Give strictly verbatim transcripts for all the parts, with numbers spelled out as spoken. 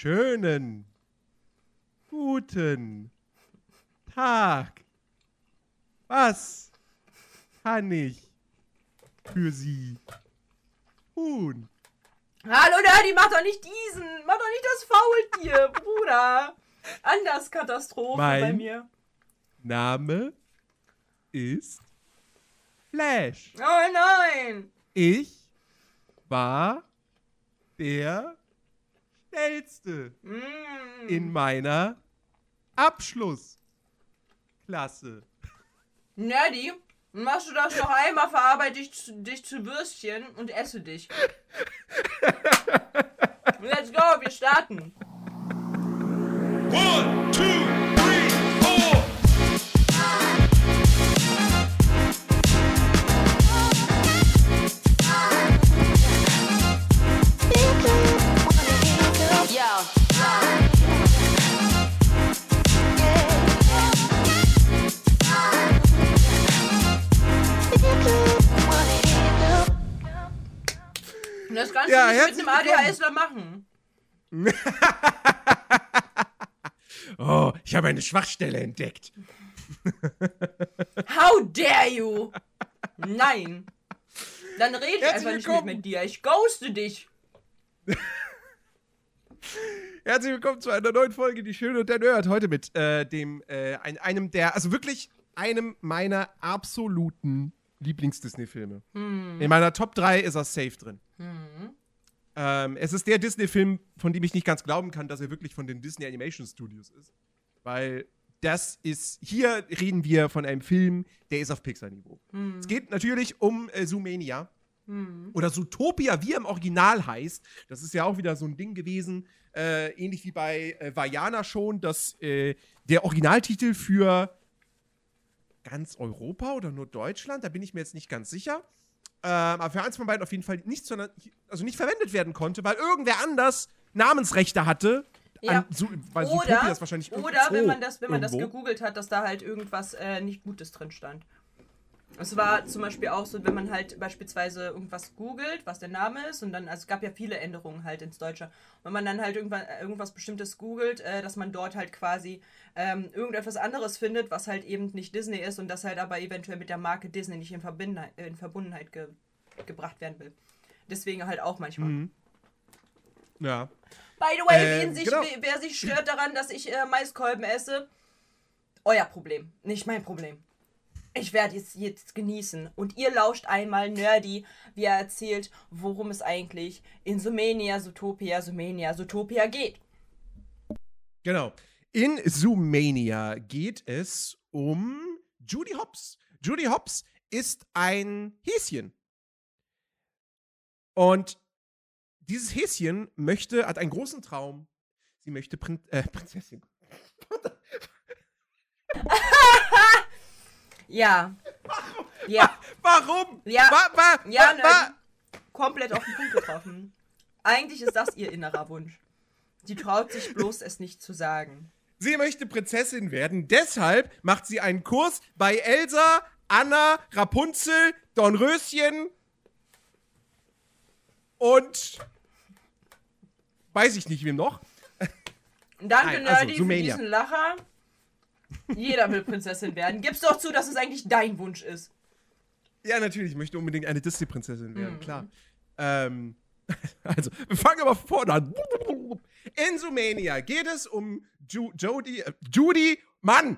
Schönen, guten Tag. Was kann ich für Sie tun? Hallo Nerdy, mach doch nicht diesen! Mach doch nicht das Faultier, Bruder! Anders Katastrophe Mein bei mir. Name ist Flash. Oh nein! Ich war der Schnellste Mm. in meiner Abschlussklasse. Nerdy, machst du das noch einmal, verarbeite ich zu- dich zu Würstchen und esse dich. Let's go, wir starten. One, two, three, four. Und das kannst Ja, du nicht mit herzlich einem ADHSler machen. Oh, ich habe eine Schwachstelle entdeckt. How dare you? Nein. Dann rede ich Herzlich einfach nicht willkommen. mehr mit dir. Ich ghoste dich. Herzlich willkommen zu einer neuen Folge Die Schöne und der Nerd. Heute mit äh, dem, äh, ein, einem der, also wirklich einem meiner absoluten Lieblings-Disney-Filme. Hm. In meiner Top drei ist er safe drin. Hm. Ähm, es ist der Disney-Film, von dem ich nicht ganz glauben kann, dass er wirklich von den Disney Animation Studios ist. Weil das ist, hier reden wir von einem Film, der ist auf Pixar-Niveau. Hm. Es geht natürlich um äh, Zoomania. Hm. Oder Zootopia, wie er im Original heißt. Das ist ja auch wieder so ein Ding gewesen, äh, ähnlich wie bei äh, Vaiana schon, dass äh, der Originaltitel für ganz Europa oder nur Deutschland, da bin ich mir jetzt nicht ganz sicher, ähm, aber für eins von beiden auf jeden Fall nicht, sondern, also nicht verwendet werden konnte, weil irgendwer anders Namensrechte hatte. Ja. An, so, weil Zootopia Oder, ist wahrscheinlich oder wenn Zoo man das, wenn man das irgendwo. gegoogelt hat, dass da halt irgendwas äh, nicht Gutes drin stand. Es war zum Beispiel auch so, wenn man halt beispielsweise irgendwas googelt, was der Name ist, und dann, also es gab ja viele Änderungen halt ins Deutsche. Wenn man dann halt irgendwann, äh, irgendwas Bestimmtes googelt, äh, dass man dort halt quasi ähm, irgendetwas anderes findet, was halt eben nicht Disney ist und das halt aber eventuell mit der Marke Disney nicht in Verbundenheit, äh, in Verbundenheit ge gebracht werden will. Deswegen halt auch manchmal. Mhm. Ja. By the way, Ähm, wen sich, genau. wer, wer sich stört daran, dass ich äh, Maiskolben esse, euer Problem, nicht mein Problem. Ich werde es jetzt genießen. Und ihr lauscht einmal Nerdy, wie er erzählt, worum es eigentlich in Zoomania, Zootopia, Zoomania, Zootopia geht. Genau. In Zoomania geht es um Judy Hopps. Judy Hopps ist ein Häschen. Und dieses Häschen möchte, hat einen großen Traum. Sie möchte Prin äh, Prinzessin. Ja. Ja. Warum? Ja. Wa, wa, Ja, wa, wa? Nerdy. Komplett auf den Punkt getroffen. Eigentlich ist das ihr innerer Wunsch. Sie traut sich bloß, es nicht zu sagen. Sie möchte Prinzessin werden. Deshalb macht sie einen Kurs bei Elsa, Anna, Rapunzel, Dornröschen und weiß ich nicht, wem noch. Danke, Nein, also, Nerdy, für Zoomania. diesen Lacher. Jeder will Prinzessin werden. Gib's doch zu, dass es eigentlich dein Wunsch ist. Ja, natürlich, ich möchte unbedingt eine Disney-Prinzessin werden, Mhm. klar. Ähm, also, wir fangen aber vorne an. In Zoomania geht es um Ju Jody, äh, Judy, Mann!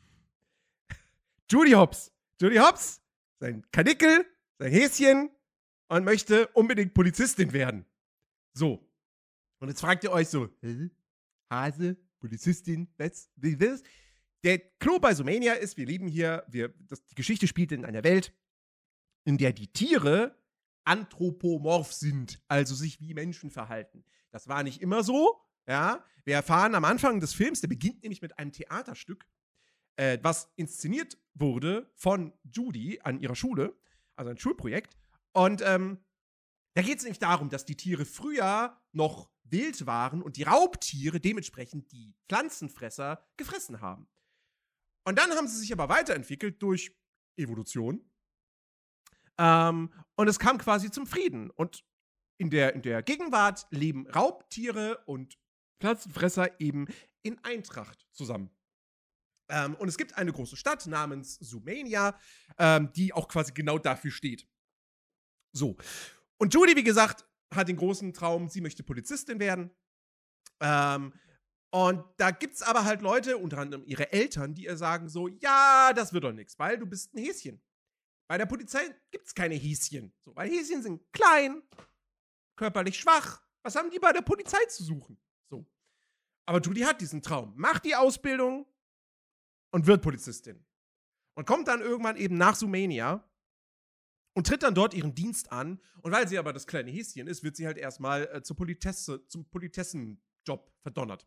Judy Hopps. Judy Hopps, sein Kanickel, sein Häschen und möchte unbedingt Polizistin werden. So. Und jetzt fragt ihr euch so, Hä? Hase, Polizistin, was, wie das? Der Clou bei Zoomania ist, wir leben hier, wir, das, die Geschichte spielt in einer Welt, in der die Tiere anthropomorph sind, also sich wie Menschen verhalten. Das war nicht immer so, ja. Wir erfahren am Anfang des Films, der beginnt nämlich mit einem Theaterstück, äh, was inszeniert wurde von Judy an ihrer Schule, also ein Schulprojekt. Und ähm, da geht es nämlich darum, dass die Tiere früher noch wild waren und die Raubtiere dementsprechend die Pflanzenfresser gefressen haben. Und dann haben sie sich aber weiterentwickelt durch Evolution. Ähm, und es kam quasi zum Frieden. Und in der, in der Gegenwart leben Raubtiere und Pflanzenfresser eben in Eintracht zusammen. Ähm, und es gibt eine große Stadt namens Zoomania, ähm, die auch quasi genau dafür steht. So. Und Judy, wie gesagt, hat den großen Traum, sie möchte Polizistin werden. Ähm, und da gibt's aber halt Leute, unter anderem ihre Eltern, die ihr sagen so, ja, das wird doch nichts, weil du bist ein Häschen. Bei der Polizei gibt's keine Häschen. So, weil Häschen sind klein, körperlich schwach. Was haben die bei der Polizei zu suchen? So. Aber Judy hat diesen Traum, macht die Ausbildung und wird Polizistin. Und kommt dann irgendwann eben nach Zoomania und tritt dann dort ihren Dienst an. Und weil sie aber das kleine Häschen ist, wird sie halt erstmal äh, zur Politesse, zum Politessenjob verdonnert.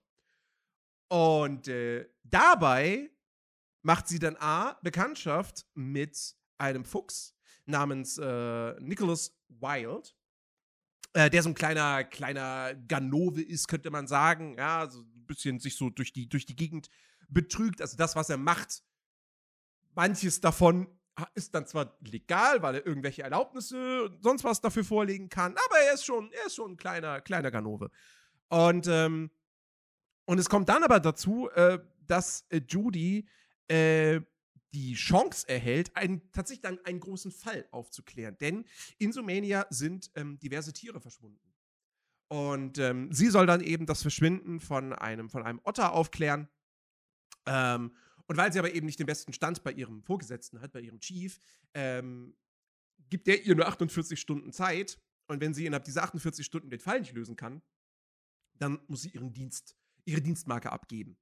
Und äh, dabei macht sie dann A, Bekanntschaft mit einem Fuchs namens äh, Nicholas Wilde, äh, der so ein kleiner, kleiner Ganove ist, könnte man sagen. Ja, so ein bisschen sich so durch die, durch die Gegend betrügt. Also das, was er macht, manches davon ist dann zwar legal, weil er irgendwelche Erlaubnisse und sonst was dafür vorlegen kann, aber er ist schon, er ist schon ein kleiner, kleiner Ganove. Und, ähm, und es kommt dann aber dazu, äh, dass äh, Judy äh, die Chance erhält, einen, tatsächlich dann einen großen Fall aufzuklären. Denn in Zoomania sind ähm, diverse Tiere verschwunden. Und ähm, sie soll dann eben das Verschwinden von einem, von einem Otter aufklären. Ähm, und weil sie aber eben nicht den besten Stand bei ihrem Vorgesetzten hat, bei ihrem Chief, ähm, gibt der ihr nur achtundvierzig Stunden Zeit. Und wenn sie innerhalb dieser achtundvierzig Stunden den Fall nicht lösen kann, dann muss sie ihren Dienst, ihre Dienstmarke abgeben.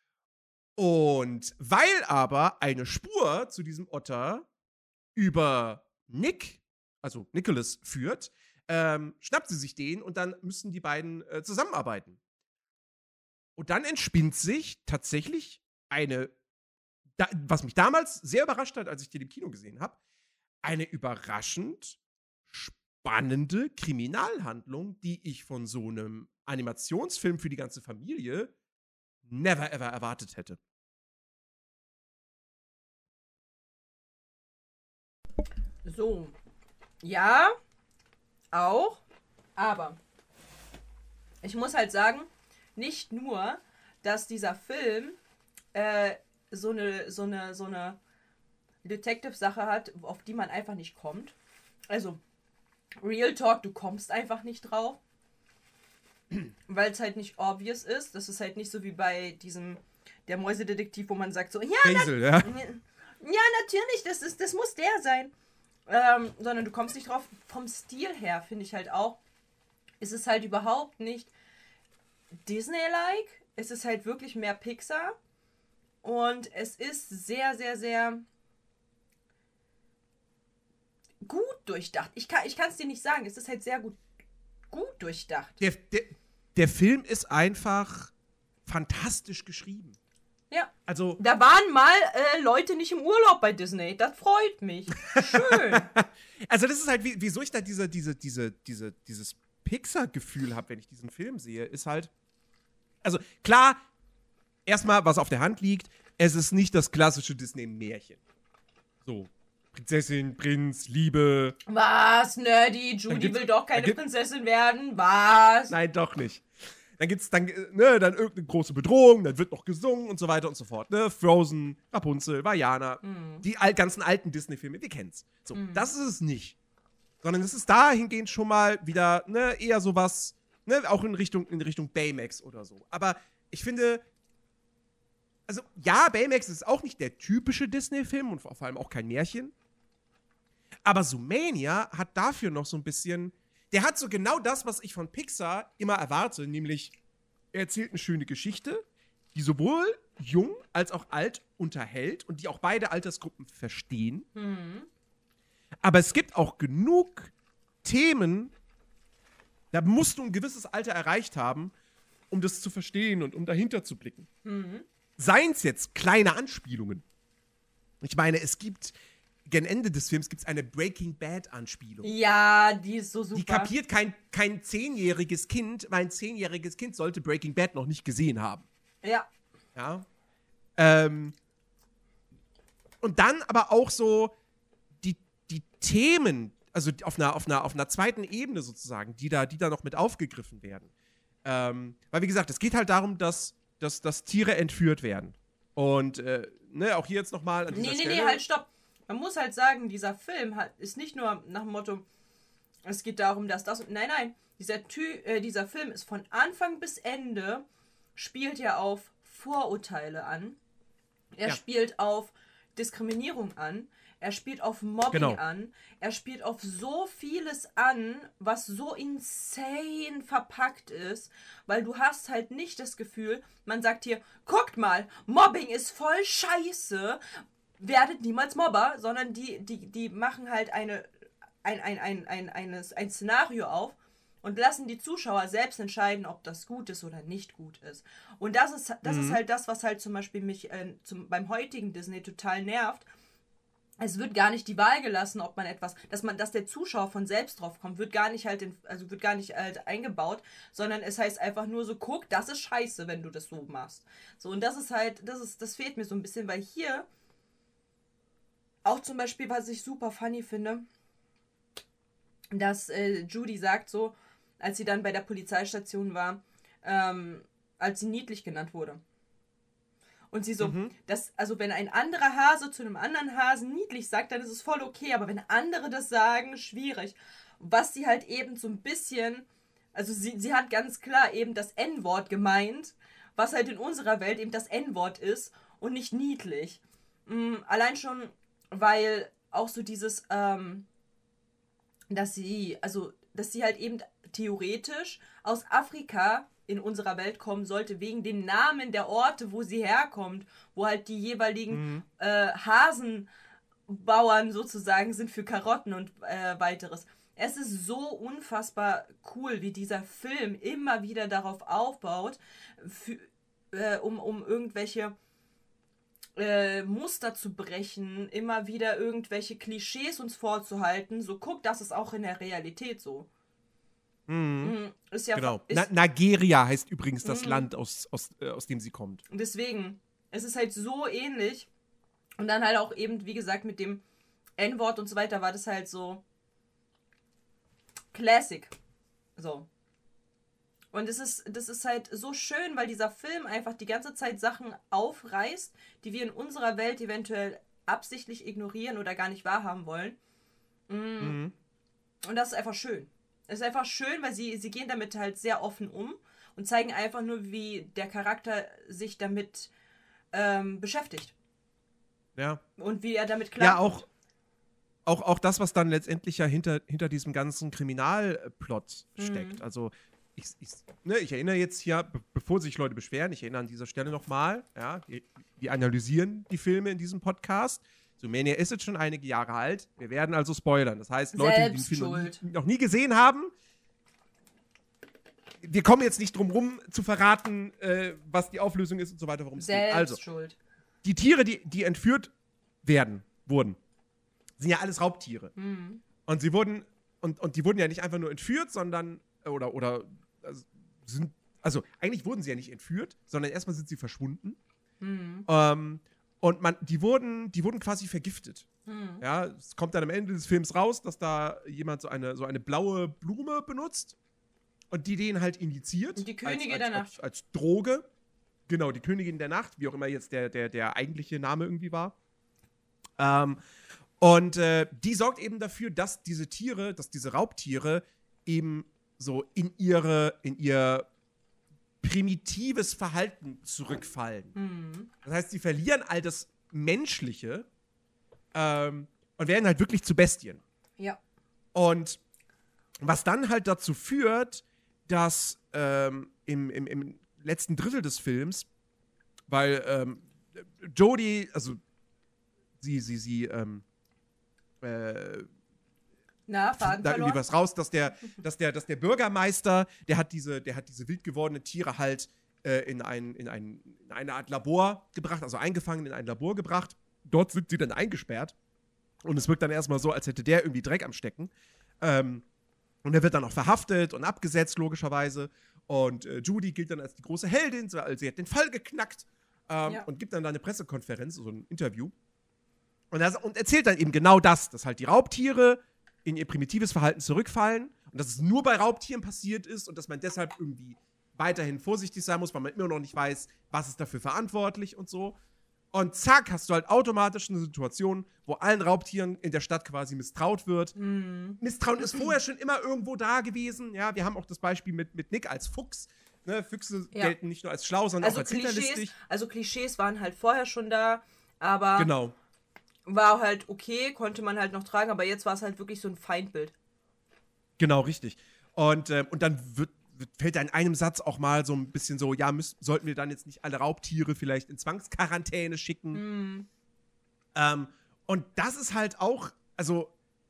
Und weil aber eine Spur zu diesem Otter über Nick, also Nicholas, führt, ähm, schnappt sie sich den und dann müssen die beiden äh, zusammenarbeiten. Und dann entspinnt sich tatsächlich eine, da, was mich damals sehr überrascht hat, als ich den im Kino gesehen habe, eine überraschend spannende Kriminalhandlung, die ich von so einem Animationsfilm für die ganze Familie never ever erwartet hätte. So. Ja, auch. Aber ich muss halt sagen, nicht nur, dass dieser Film äh, so eine, so eine, so eine Detective-Sache hat, auf die man einfach nicht kommt. Also, Real Talk, du kommst einfach nicht drauf. Weil es halt nicht obvious ist. Das ist halt nicht so wie bei diesem, der Mäusedetektiv, wo man sagt so, ja, Hazel, ja. ja, natürlich, das, ist, das muss der sein. Ähm, sondern du kommst nicht drauf. Vom Stil her, finde ich halt auch, ist es halt überhaupt nicht Disney-like. Es ist halt wirklich mehr Pixar. Und es ist sehr, sehr, sehr gut durchdacht. Ich kann ich kann es dir nicht sagen. Es ist halt sehr gut, gut durchdacht. Der, der, der Film ist einfach fantastisch geschrieben. Ja. Also, da waren mal äh, Leute nicht im Urlaub bei Disney. Das freut mich. Schön. also das ist halt, wie, wieso ich da diese, diese, diese, diese, dieses Pixar-Gefühl habe, wenn ich diesen Film sehe, ist halt, also klar, erstmal, was auf der Hand liegt, es ist nicht das klassische Disney-Märchen. So, Prinzessin, Prinz, Liebe. Was, Nerdy? Judy will doch keine Prinzessin werden. Was? Nein, doch nicht. Dann gibt's dann, ne, dann irgendeine große Bedrohung, dann wird noch gesungen und so weiter und so fort. Ne? Frozen, Rapunzel, Vajana, mm. die all, ganzen alten Disney-Filme, wir kennen's. So, mm. das ist es nicht. Sondern es ist dahingehend schon mal wieder, ne, eher sowas, ne, auch in Richtung, in Richtung Baymax oder so. Aber ich finde, also ja, Baymax ist auch nicht der typische Disney-Film und vor allem auch kein Märchen. Aber Zoomania hat dafür noch so ein bisschen, der hat so genau das, was ich von Pixar immer erwarte, nämlich er erzählt eine schöne Geschichte, die sowohl jung als auch alt unterhält und die auch beide Altersgruppen verstehen. Mhm. Aber es gibt auch genug Themen, da musst du ein gewisses Alter erreicht haben, um das zu verstehen und um dahinter zu blicken. Mhm. Seien es jetzt kleine Anspielungen. Ich meine, es gibt gen Ende des Films gibt es eine Breaking Bad-Anspielung. Ja, die ist so super. Die kapiert kein, kein zehnjähriges Kind, weil ein zehnjähriges Kind sollte Breaking Bad noch nicht gesehen haben. Ja. Ja. Ähm, und dann aber auch so die, die Themen, also auf einer, auf, einer, auf einer zweiten Ebene sozusagen, die da, die da noch mit aufgegriffen werden. Ähm, weil, wie gesagt, es geht halt darum, dass, dass, dass Tiere entführt werden. Und, äh, ne, auch hier jetzt nochmal an dieser Nee, nee, Stelle. nee, halt, stopp. Man muss halt sagen, dieser Film hat, ist nicht nur nach dem Motto, es geht darum, dass das und. Nein, nein. Dieser, Tü äh, dieser Film ist von Anfang bis Ende, spielt ja auf Vorurteile an. Er Ja. spielt auf Diskriminierung an. Er spielt auf Mobbing Genau. an. Er spielt auf so vieles an, was so insane verpackt ist, weil du hast halt nicht das Gefühl, man sagt hier, guckt mal, Mobbing ist voll scheiße, werdet niemals Mobber, sondern die, die, die machen halt eine, ein, ein, ein, ein, eines, ein Szenario auf und lassen die Zuschauer selbst entscheiden, ob das gut ist oder nicht gut ist. Und das ist, das Mhm. ist halt das, was halt zum Beispiel mich äh, zum, beim heutigen Disney total nervt. Es wird gar nicht die Wahl gelassen, ob man etwas, dass man, dass der Zuschauer von selbst drauf kommt, wird gar nicht halt, in, also wird gar nicht halt eingebaut, sondern es heißt einfach nur so, guck, das ist scheiße, wenn du das so machst. So, und das ist halt, das ist, das fehlt mir so ein bisschen, weil hier auch zum Beispiel, was ich super funny finde, dass äh, Judy sagt so, als sie dann bei der Polizeistation war, ähm, als sie niedlich genannt wurde. Und sie so, Mhm. das, also wenn ein anderer Hase zu einem anderen Hasen niedlich sagt, dann ist es voll okay, aber wenn andere das sagen, schwierig. Was sie halt eben so ein bisschen, also sie, sie hat ganz klar eben das En-Wort gemeint, was halt in unserer Welt eben das En-Wort ist und nicht niedlich. Mhm, allein schon, weil auch so dieses, ähm, dass sie, also, dass sie halt eben theoretisch aus Afrika in unserer Welt kommen sollte, wegen den Namen der Orte, wo sie herkommt, wo halt die jeweiligen Mhm. äh, Hasenbauern sozusagen sind für Karotten und äh, weiteres. Es ist so unfassbar cool, wie dieser Film immer wieder darauf aufbaut, für, äh, um, um irgendwelche äh, Muster zu brechen, immer wieder irgendwelche Klischees uns vorzuhalten. So, guck, das ist auch in der Realität so. Mhm. Mhm. Ist ja Genau. ist, Na, Nigeria heißt übrigens das Mhm. Land, aus, aus, äh, aus dem sie kommt. Deswegen, es ist halt so ähnlich. Und dann halt auch eben, wie gesagt, mit dem En-Wort und so weiter war das halt so Classic. So. Und es ist, das ist halt so schön, weil dieser Film einfach die ganze Zeit Sachen aufreißt, die wir in unserer Welt eventuell absichtlich ignorieren oder gar nicht wahrhaben wollen. Mhm. Und das ist einfach schön. Es ist einfach schön, weil sie, sie gehen damit halt sehr offen um und zeigen einfach nur, wie der Charakter sich damit ähm, beschäftigt. Ja. Und wie er damit klarkommt. Ja, auch, auch, auch das, was dann letztendlich ja hinter, hinter diesem ganzen Kriminalplot steckt. Mhm. Also, ich, ich, ne, ich erinnere jetzt hier, be bevor sich Leute beschweren, ich erinnere an dieser Stelle nochmal, ja, wir, wir analysieren die Filme in diesem Podcast. Sumania ist jetzt schon einige Jahre alt. Wir werden also spoilern. Das heißt, Leute, die den Film noch nie, Selbstschuld. noch nie gesehen haben, wir kommen jetzt nicht drum rum zu verraten, äh, was die Auflösung ist und so weiter, worum es geht. Also, Selbstschuld. die Tiere, die, die entführt werden, wurden, sind ja alles Raubtiere. Mhm. Und sie wurden, und, und die wurden ja nicht einfach nur entführt, sondern, oder, oder, also, sind, also eigentlich wurden sie ja nicht entführt, sondern erstmal sind sie verschwunden. Mhm. Ähm, und man, die wurden, die wurden quasi vergiftet. Mhm. Ja, es kommt dann am Ende des Films raus, dass da jemand so eine, so eine blaue Blume benutzt und die den halt injiziert. Und die Königin als, der als, Nacht. als, als Droge. Genau, die Königin der Nacht, wie auch immer jetzt der, der, der eigentliche Name irgendwie war. Ähm, und äh, die sorgt eben dafür, dass diese Tiere, dass diese Raubtiere eben so in ihre, in ihr primitives Verhalten zurückfallen. Mhm. Das heißt, sie verlieren all das Menschliche ähm, und werden halt wirklich zu Bestien. Ja. Und was dann halt dazu führt, dass ähm, im, im, im letzten Drittel des Films, weil ähm, Jodie, also sie, sie, sie, ähm, äh, Na, Faden da irgendwie verloren. was raus, dass der, dass der, dass der Bürgermeister, der hat diese, der hat diese wild gewordenen Tiere halt äh, in, ein, in, ein, in eine Art Labor gebracht, also eingefangen in ein Labor gebracht. Dort sind sie dann eingesperrt. Und es wirkt dann erstmal so, als hätte der irgendwie Dreck am Stecken. Ähm, und er wird dann auch verhaftet und abgesetzt, logischerweise. Und äh, Judy gilt dann als die große Heldin, weil sie hat den Fall geknackt. Ähm, Ja. Und gibt dann da eine Pressekonferenz, so ein Interview. Und, das, und erzählt dann eben genau das, dass halt die Raubtiere in ihr primitives Verhalten zurückfallen und dass es nur bei Raubtieren passiert ist und dass man deshalb irgendwie weiterhin vorsichtig sein muss, weil man immer noch nicht weiß, was ist dafür verantwortlich und so. Und zack, hast du halt automatisch eine Situation, wo allen Raubtieren in der Stadt quasi misstraut wird. Mhm. Misstrauen ist vorher schon immer irgendwo da gewesen. Ja, wir haben auch das Beispiel mit, mit Nick als Fuchs. Ne, Füchse Ja. gelten nicht nur als schlau, sondern Also auch als Klischees, hinterlistig. also Klischees waren halt vorher schon da, aber Genau. war halt okay, konnte man halt noch tragen, aber jetzt war es halt wirklich so ein Feindbild. Genau, richtig. Und, ähm, und dann wird, wird, fällt da in einem Satz auch mal so ein bisschen so, ja, müssen, sollten wir dann jetzt nicht alle Raubtiere vielleicht in Zwangsquarantäne schicken? Mhm. Ähm, und das ist halt auch, also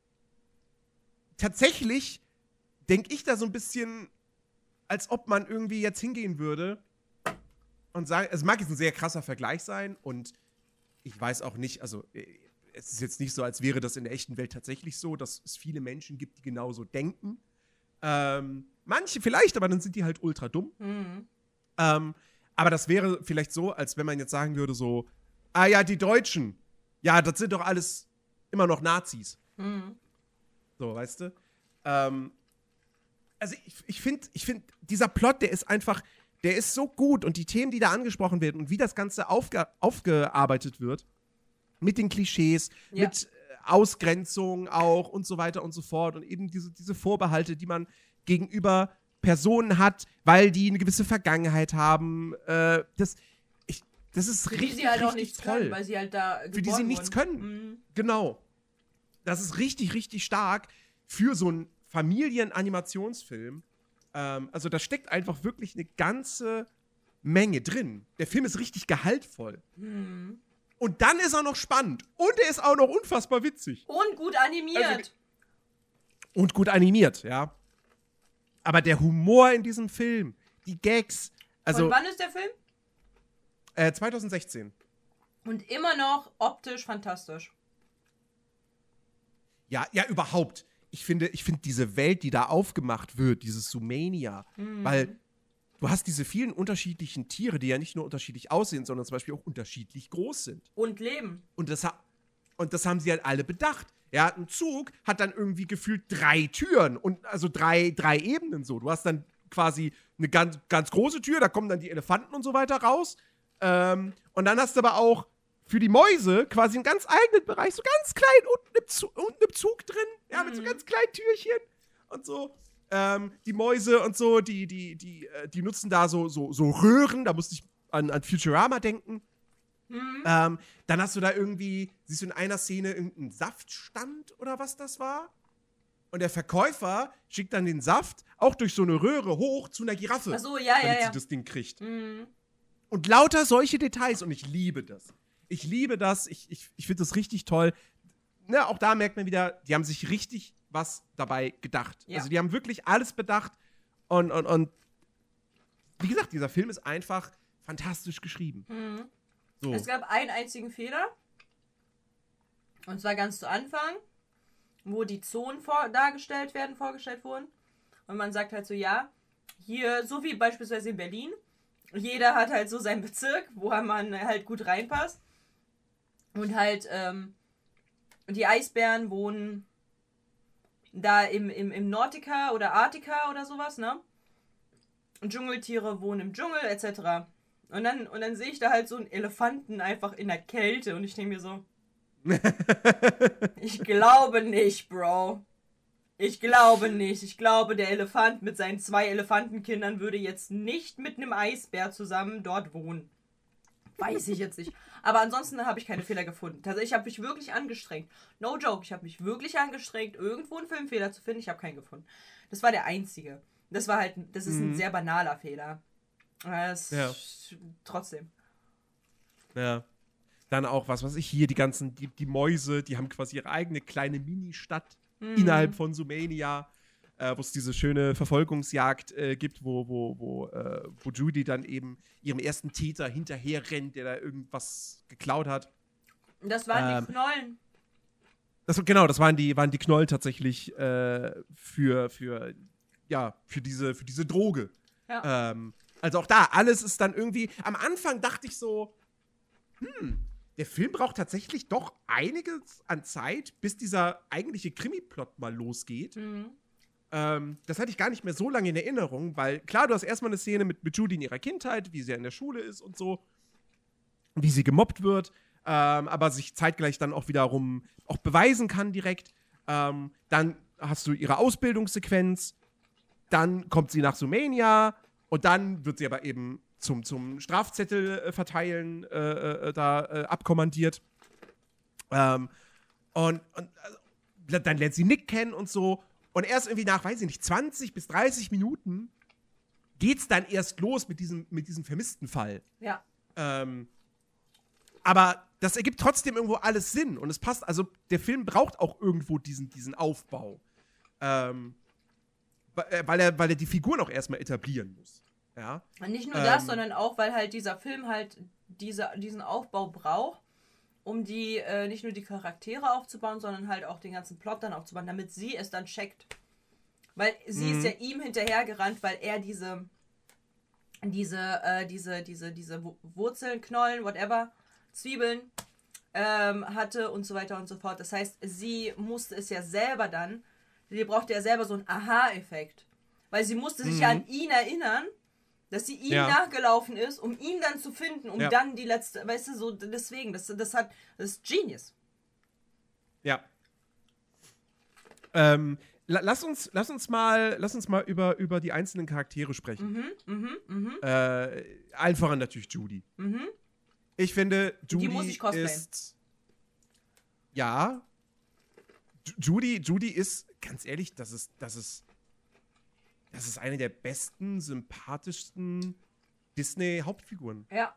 tatsächlich denke ich da so ein bisschen, als ob man irgendwie jetzt hingehen würde und sagen, es mag jetzt ein sehr krasser Vergleich sein und ich weiß auch nicht, also äh, es ist jetzt nicht so, als wäre das in der echten Welt tatsächlich so, dass es viele Menschen gibt, die genauso denken. Ähm, manche vielleicht, aber dann sind die halt ultra dumm. Mhm. Ähm, aber das wäre vielleicht so, als wenn man jetzt sagen würde so, ah ja, die Deutschen, ja, das sind doch alles immer noch Nazis. Mhm. So, weißt du? Ähm, also ich, ich finde, ich find, dieser Plot, der ist einfach, der ist so gut und die Themen, die da angesprochen werden und wie das Ganze aufge aufgearbeitet wird, mit den Klischees, Ja. mit äh, Ausgrenzung auch und so weiter und so fort und eben diese, diese Vorbehalte, die man gegenüber Personen hat, weil die eine gewisse Vergangenheit haben, äh, das, ich, das ist Für die richtig, sie halt auch richtig nichts toll. können, weil sie halt da Für die sie geboren nichts wurden. können. Mhm. Genau. Das ist richtig, richtig stark für so einen Familienanimationsfilm. Ähm, also da steckt einfach wirklich eine ganze Menge drin. Der Film ist richtig gehaltvoll. Mhm. Und dann ist er noch spannend. Und er ist auch noch unfassbar witzig. Und gut animiert. Also, Und gut animiert, ja. Aber der Humor in diesem Film, die Gags, also Von wann ist der Film? äh, zwanzig sechzehn. Und immer noch optisch fantastisch. Ja, ja, überhaupt. Ich finde, ich finde diese Welt, die da aufgemacht wird, dieses Sumania, Mhm. weil du hast diese vielen unterschiedlichen Tiere, die ja nicht nur unterschiedlich aussehen, sondern zum Beispiel auch unterschiedlich groß sind. Und Leben. Und das, ha und das haben sie halt alle bedacht. Ja, ein Zug hat dann irgendwie gefühlt drei Türen und also drei, drei Ebenen so. Du hast dann quasi eine ganz, ganz große Tür, da kommen dann die Elefanten und so weiter raus. Ähm, und dann hast du aber auch für die Mäuse quasi einen ganz eigenen Bereich, so ganz klein unten im, Zu unten im Zug drin, ja, mit so Mhm. ganz kleinen Türchen und so. Ähm, die Mäuse und so, die, die, die, äh, die nutzen da so, so, so Röhren, da musste ich an, an Futurama denken. Mhm. Ähm, dann hast du da irgendwie, siehst du in einer Szene irgendeinen Saftstand oder was das war? Und der Verkäufer schickt dann den Saft auch durch so eine Röhre hoch zu einer Giraffe, Ach so, ja, ja, damit ja. sie das Ding kriegt. Mhm. Und lauter solche Details und ich liebe das. Ich liebe das, ich, ich, ich finde das richtig toll. Ne, auch da merkt man wieder, die haben sich richtig was dabei gedacht. Ja. Also die haben wirklich alles bedacht und, und, und wie gesagt, dieser Film ist einfach fantastisch geschrieben. Mhm. So. Es gab einen einzigen Fehler. Und zwar ganz zu Anfang, wo die Zonen vor dargestellt werden, vorgestellt wurden. Und man sagt halt so, ja, hier, so wie beispielsweise in Berlin, jeder hat halt so seinen Bezirk, wo man halt gut reinpasst. Und halt, ähm, die Eisbären wohnen da im, im, im Nordica oder Arctica oder sowas, ne? Und Dschungeltiere wohnen im Dschungel, et cetera. Und dann, und dann sehe ich da halt so einen Elefanten einfach in der Kälte und ich denke mir so, ich glaube nicht, Bro. Ich glaube nicht. Ich glaube, der Elefant mit seinen zwei Elefantenkindern würde jetzt nicht mit einem Eisbär zusammen dort wohnen. Weiß ich jetzt nicht. Aber ansonsten habe ich keine Fehler gefunden. Also ich habe mich wirklich angestrengt. No joke, ich habe mich wirklich angestrengt, irgendwo einen Filmfehler zu finden. Ich habe keinen gefunden. Das war der einzige. Das war halt, das ist ein Mhm. sehr banaler Fehler. Das Ja. Trotzdem. Ja. Dann auch, was weiß ich, hier die ganzen, die, die Mäuse, die haben quasi ihre eigene kleine Mini-Stadt Mhm. innerhalb von Sumania, äh, wo es diese schöne Verfolgungsjagd äh, gibt, wo, wo, wo, äh, wo Judy dann eben ihrem ersten Täter hinterher rennt, der da irgendwas geklaut hat. Das waren Ähm, die Knollen. Das, genau, das waren die, waren die Knoll tatsächlich äh, für, für, ja, für diese, für diese Droge. Ja. Ähm, also auch da, alles ist dann irgendwie. Am Anfang dachte ich so, hm, der Film braucht tatsächlich doch einiges an Zeit, bis dieser eigentliche Krimi-Plot mal losgeht. Mhm. Ähm, das hatte ich gar nicht mehr so lange in Erinnerung, weil klar, du hast erstmal eine Szene mit, mit Judy in ihrer Kindheit, wie sie ja in der Schule ist und so, wie sie gemobbt wird, ähm, aber sich zeitgleich dann auch wiederum auch beweisen kann direkt. Ähm, dann hast du ihre Ausbildungssequenz, dann kommt sie nach Sumania und dann wird sie aber eben zum, zum Strafzettel äh, verteilen äh, äh, da äh, abkommandiert. Ähm, und, und äh, dann lernt sie Nick kennen und so. Und erst irgendwie nach, weiß ich nicht, zwanzig bis dreißig Minuten geht's dann erst los mit diesem, mit diesem vermissten Fall. Ja. Ähm, aber das ergibt trotzdem irgendwo alles Sinn. Und es passt, also der Film braucht auch irgendwo diesen, diesen Aufbau. Ähm, weil er, weil er die Figuren auch erstmal etablieren muss. Ja? Und nicht nur ähm, das, sondern auch, weil halt dieser Film halt diese, diesen Aufbau braucht, um die, äh, nicht nur die Charaktere aufzubauen, sondern halt auch den ganzen Plot dann aufzubauen, damit sie es dann checkt. Weil sie Mhm. ist ja ihm hinterhergerannt, weil er diese, diese, äh, diese, diese, diese Wurzeln, Knollen, whatever, Zwiebeln ähm, hatte und so weiter und so fort. Das heißt, sie musste es ja selber dann, sie brauchte ja selber so einen Aha-Effekt. Weil sie musste sich Mhm. ja an ihn erinnern, dass sie ihm Ja. nachgelaufen ist, um ihn dann zu finden, um Ja. dann die letzte, weißt du, so deswegen, das, das hat, das ist Genius. Ja. Ähm, la lass uns, lass uns mal, lass uns mal über, über die einzelnen Charaktere sprechen. Mhm, mhm, mhm, Äh, allen voran natürlich Judy. mhm. Ich finde, Die Judy muss ich cosplayen. ist. Ja. Ju- Judy, Judy ist, ganz ehrlich, das ist, das ist. Das ist eine der besten, sympathischsten Disney-Hauptfiguren. Ja,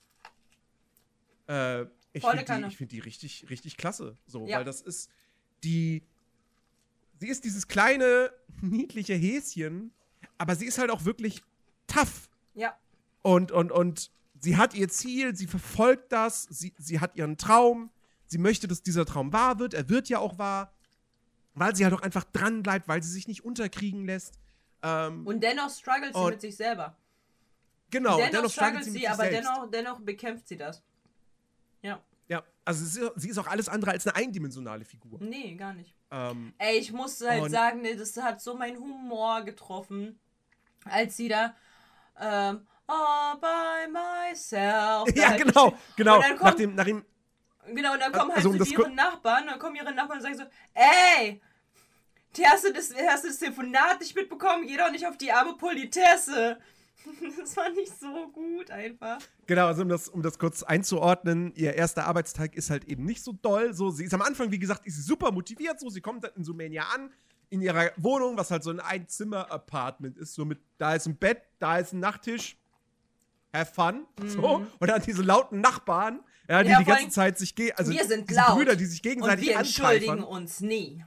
Äh, ich Volle finde die, Kanne. ich find die richtig, richtig klasse. So, Ja. weil das ist die. Sie ist dieses kleine, niedliche Häschen, aber sie ist halt auch wirklich tough. ja, Und, und, und sie hat ihr Ziel, sie verfolgt das, sie, sie hat ihren Traum, sie möchte, dass dieser Traum wahr wird, er wird ja auch wahr, weil sie halt auch einfach dran bleibt, weil sie sich nicht unterkriegen lässt. Ähm, und dennoch struggelt sie Und- mit sich selber. genau, dennoch, dennoch struggelt struggelt sie sie, mit sich aber selbst. dennoch, dennoch bekämpft sie das. Ja, Ja, also sie ist, sie ist auch alles andere als eine eindimensionale Figur. nee, gar nicht. Ähm, Ey, ich muss halt Und- sagen, ne, das hat so meinen Humor getroffen, als sie da ähm, all by myself. da ja, halt genau, steht. genau. Und dann kommt, Nachdem, nachdem, genau, und dann kommen also um halt das so kur- ihre Nachbarn, dann kommen ihre Nachbarn und sagen so, ey, die hast du das, hast du das Telefonat nicht mitbekommen? Geh doch nicht auf die arme Politesse. Das war nicht so gut einfach. genau, also um das, um das kurz einzuordnen, ihr erster Arbeitstag ist halt eben nicht so doll. So, sie ist am Anfang, wie gesagt, ist sie super motiviert. So, sie kommt dann in Sumania an, in ihrer Wohnung, was halt so ein Einzimmer-Apartment ist. So mit, da ist ein Bett, da ist ein Nachttisch. Have fun. So. Und dann diese lauten Nachbarn, ja, die Ja, die vor ganze allem, Zeit sich ge also wir sind diese laut. Brüder, die sich Und gegenseitig wir entschuldigen ankeifern. uns nie.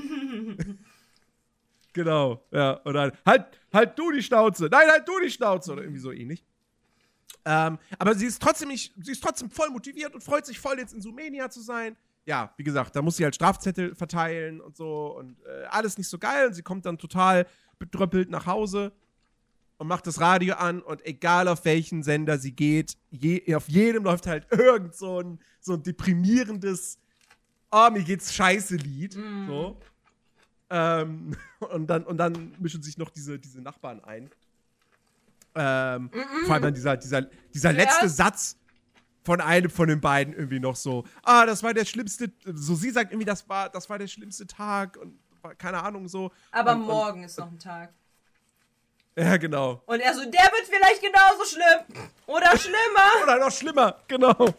Genau, ja. Und dann, halt, halt du die Schnauze. Nein, halt du die Schnauze. Oder irgendwie so ähnlich. Ähm, aber sie ist trotzdem nicht, sie ist trotzdem voll motiviert und freut sich voll, jetzt in Sumania zu sein. Ja, wie gesagt, da muss sie halt Strafzettel verteilen und so und äh, alles nicht so geil. Und sie kommt dann total bedröppelt nach Hause und macht das Radio an und egal auf welchen Sender sie geht, je, auf jedem läuft halt irgend so ein, so ein deprimierendes Oh, mir geht's scheiße Lied. Mm. So. Ähm, und, dann, und dann mischen sich noch diese, diese Nachbarn ein. Ähm, Mm-mm. vor allem dann dieser, dieser, dieser letzte Ja. Satz von einem von den beiden irgendwie noch so, ah, das war der schlimmste, so sie sagt irgendwie, das war, das war der schlimmste Tag und war- keine Ahnung so. Aber und, und, morgen ist noch ein Tag. Ja, genau. Und er so, der wird vielleicht genauso schlimm. Oder schlimmer. Oder noch schlimmer, genau.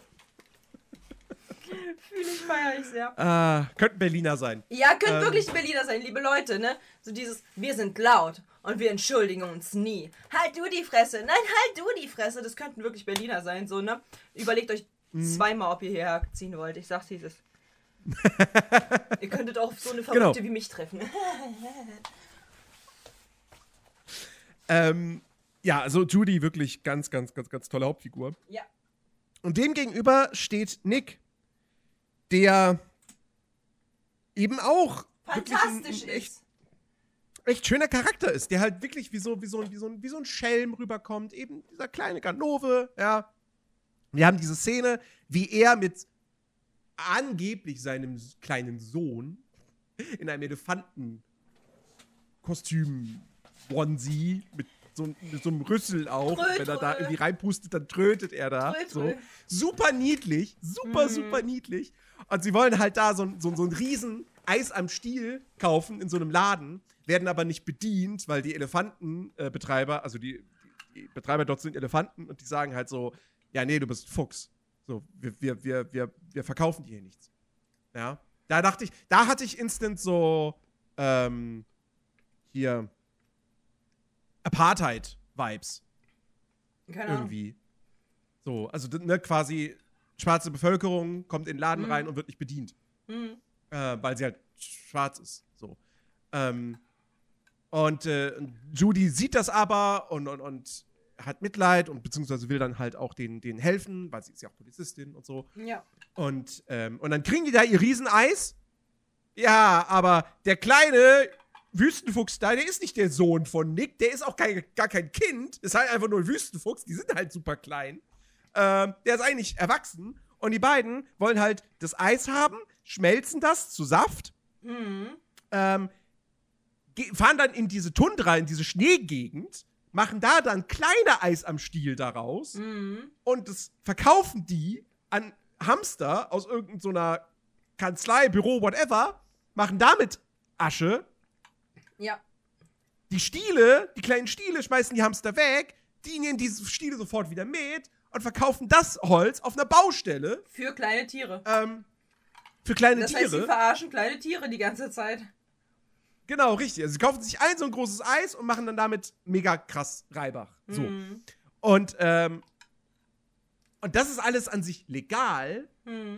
Fühle ich, feier ich sehr. Ah, könnten Berliner sein. Ja, könnte Ähm. wirklich Berliner sein, liebe Leute, ne? So dieses, wir sind laut und wir entschuldigen uns nie. Halt du die Fresse. Nein, halt du die Fresse. Das könnten wirklich Berliner sein, so, ne? Überlegt euch zweimal, ob ihr hierher ziehen wollt. Ich sag's dieses. Ihr könntet auch auf so eine Verrückte Genau. wie mich treffen. Ähm, ja, also Judy wirklich ganz, ganz, ganz, ganz tolle Hauptfigur. Ja. Und dem gegenüber steht Nick, der eben auch wirklich ein, Fantastisch ein echt, ist. echt schöner Charakter ist, der halt wirklich wie so, wie so, wie so, ein, wie so ein Schelm rüberkommt. Eben dieser kleine Ganove, ja. Wir haben diese Szene, wie er mit angeblich seinem kleinen Sohn in einem Elefantenkostüm Kostüm Onesie mit so, mit so einem Rüssel auch. Trö, Wenn er da trö. irgendwie reinpustet, dann trötet er da. Trö, So. trö. Super niedlich. Super, Mhm. super niedlich. Und sie wollen halt da so, so, so einen riesen Eis am Stiel kaufen in so einem Laden, werden aber nicht bedient, weil die Elefantenbetreiber, äh, also die, die Betreiber dort sind Elefanten und die sagen halt so, ja, nee, du bist ein Fuchs. So, wir, wir, wir, wir, wir verkaufen dir hier nichts. Ja. Da dachte ich, da hatte ich instant so, ähm, hier Apartheid-Vibes. Keine Ahnung. Irgendwie. So, also ne, quasi schwarze Bevölkerung kommt in den Laden Mhm. rein und wird nicht bedient. Mhm. Äh, weil sie halt schwarz ist. So. Ähm, und äh, Judy sieht das aber und, und, und hat Mitleid und beziehungsweise will dann halt auch denen, denen helfen, weil sie ist ja auch Polizistin und so. Ja. Und, ähm, und dann kriegen die da ihr Rieseneis. Ja, aber der kleine Wüstenfuchs da, der ist nicht der Sohn von Nick, der ist auch kein, gar kein Kind, ist halt einfach nur ein Wüstenfuchs, die sind halt super klein. Ähm, der ist eigentlich erwachsen und die beiden wollen halt das Eis haben, schmelzen das zu Saft, Mhm. ähm, ge- fahren dann in diese Tundra, in diese Schneegegend, machen da dann kleine Eis am Stiel daraus Mhm. und das verkaufen die an Hamster aus irgendeiner Kanzlei, Büro, whatever, machen damit Asche. Ja. Die Stiele, die kleinen Stiele, schmeißen die Hamster weg, die nehmen diese Stiele sofort wieder mit und verkaufen das Holz auf einer Baustelle Für kleine Tiere. ähm, für kleine Das heißt, sie Tiere. verarschen kleine Tiere die ganze Zeit. Genau, richtig. Also sie kaufen sich ein so ein großes Eis und machen dann damit mega krass Reibach. So. Mhm. Und, ähm, und das ist alles an sich legal, Mhm.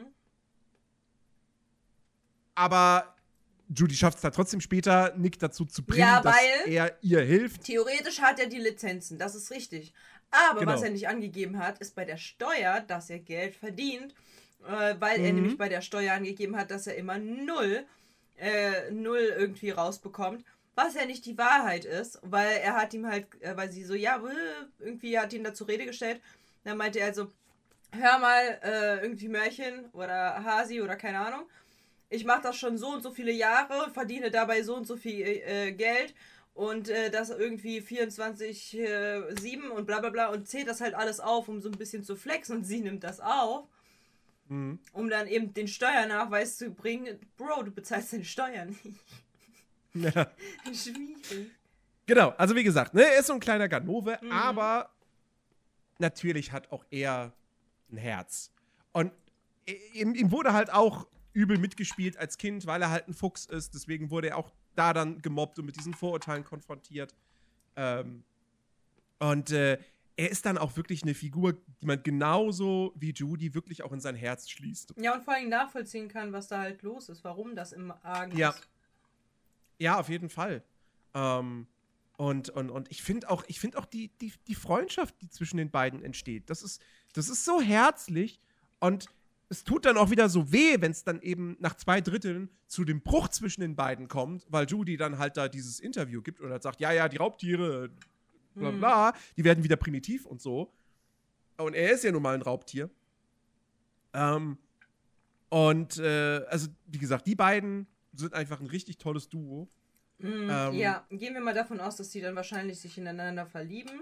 aber Judy schafft es dann trotzdem später, Nick dazu zu bringen, Ja, dass weil- er ihr hilft. Theoretisch hat er die Lizenzen, das ist richtig. Aber Genau. was er nicht angegeben hat, ist bei der Steuer, dass er Geld verdient, äh, weil er Mhm. nämlich bei der Steuer angegeben hat, dass er immer null, äh, null irgendwie rausbekommt. Was ja nicht die Wahrheit ist, weil er hat ihm halt, äh, weil sie so, ja, äh, irgendwie hat ihn da zur Rede gestellt. Dann meinte er also, hör mal, äh, irgendwie Mörchen oder Hasi oder keine Ahnung. Ich mache das schon so und so viele Jahre, verdiene dabei so und so viel äh, Geld und äh, das irgendwie vierundzwanzig sieben und bla bla bla und zählt das halt alles auf, um so ein bisschen zu flexen und sie nimmt das auf, Mhm. um dann eben den Steuernachweis zu bringen. Bro, du bezahlst deine Steuern nicht. Ja. Schwierig. Genau, also wie gesagt, ne, er ist so ein kleiner Ganove, Mhm. aber natürlich hat auch er ein Herz. Und ihm, ihm wurde halt auch übel mitgespielt als Kind, weil er halt ein Fuchs ist. Deswegen wurde er auch da dann gemobbt und mit diesen Vorurteilen konfrontiert. Ähm, und äh, er ist dann auch wirklich eine Figur, die man genauso wie Judy wirklich auch in sein Herz schließt. Ja, und vor allem nachvollziehen kann, was da halt los ist, warum das im Argen Ja. ist. Ja, auf jeden Fall. Ähm, und, und, und ich finde auch, ich find auch die, die, die Freundschaft, die zwischen den beiden entsteht, das ist, das ist so herzlich und es tut dann auch wieder so weh, wenn es dann eben nach zwei Dritteln zu dem Bruch zwischen den beiden kommt, weil Judy dann halt da dieses Interview gibt und halt sagt, ja, ja, die Raubtiere, bla Mhm. bla, die werden wieder primitiv und so. Und er ist ja nun mal ein Raubtier. Ähm, und äh, also, wie gesagt, die beiden sind einfach ein richtig tolles Duo. Mm, Ähm. ja, gehen wir mal davon aus, dass die dann wahrscheinlich sich ineinander verlieben.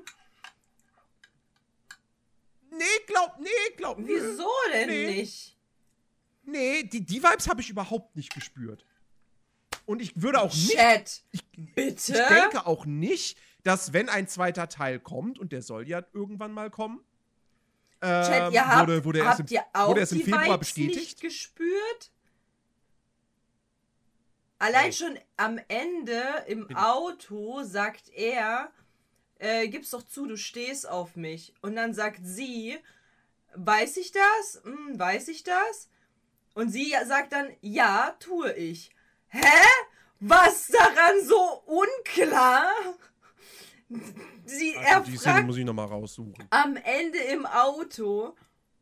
Nee, glaub, nee, glaub, nö. Wieso denn Nee. nicht? Nee, die, die Vibes habe ich überhaupt nicht gespürt. Und ich würde auch nicht, Chat, ich, bitte? ich denke auch nicht, dass wenn ein zweiter Teil kommt, und der soll ja irgendwann mal kommen, Chat, ähm, ihr habt, wurde, wurde, erst habt im, ihr auch wurde erst im die Februar Vibes bestätigt. nicht gespürt? Allein Nee. schon am Ende im Bin- Auto sagt er, äh, gib's doch zu, du stehst auf mich. Und dann sagt sie, weiß ich das? Hm, weiß ich das? Und sie sagt dann, ja, tue ich. Hä? Was daran so unklar? Sie, er Also die Szene fragt muss ich nochmal raussuchen. am Ende im Auto,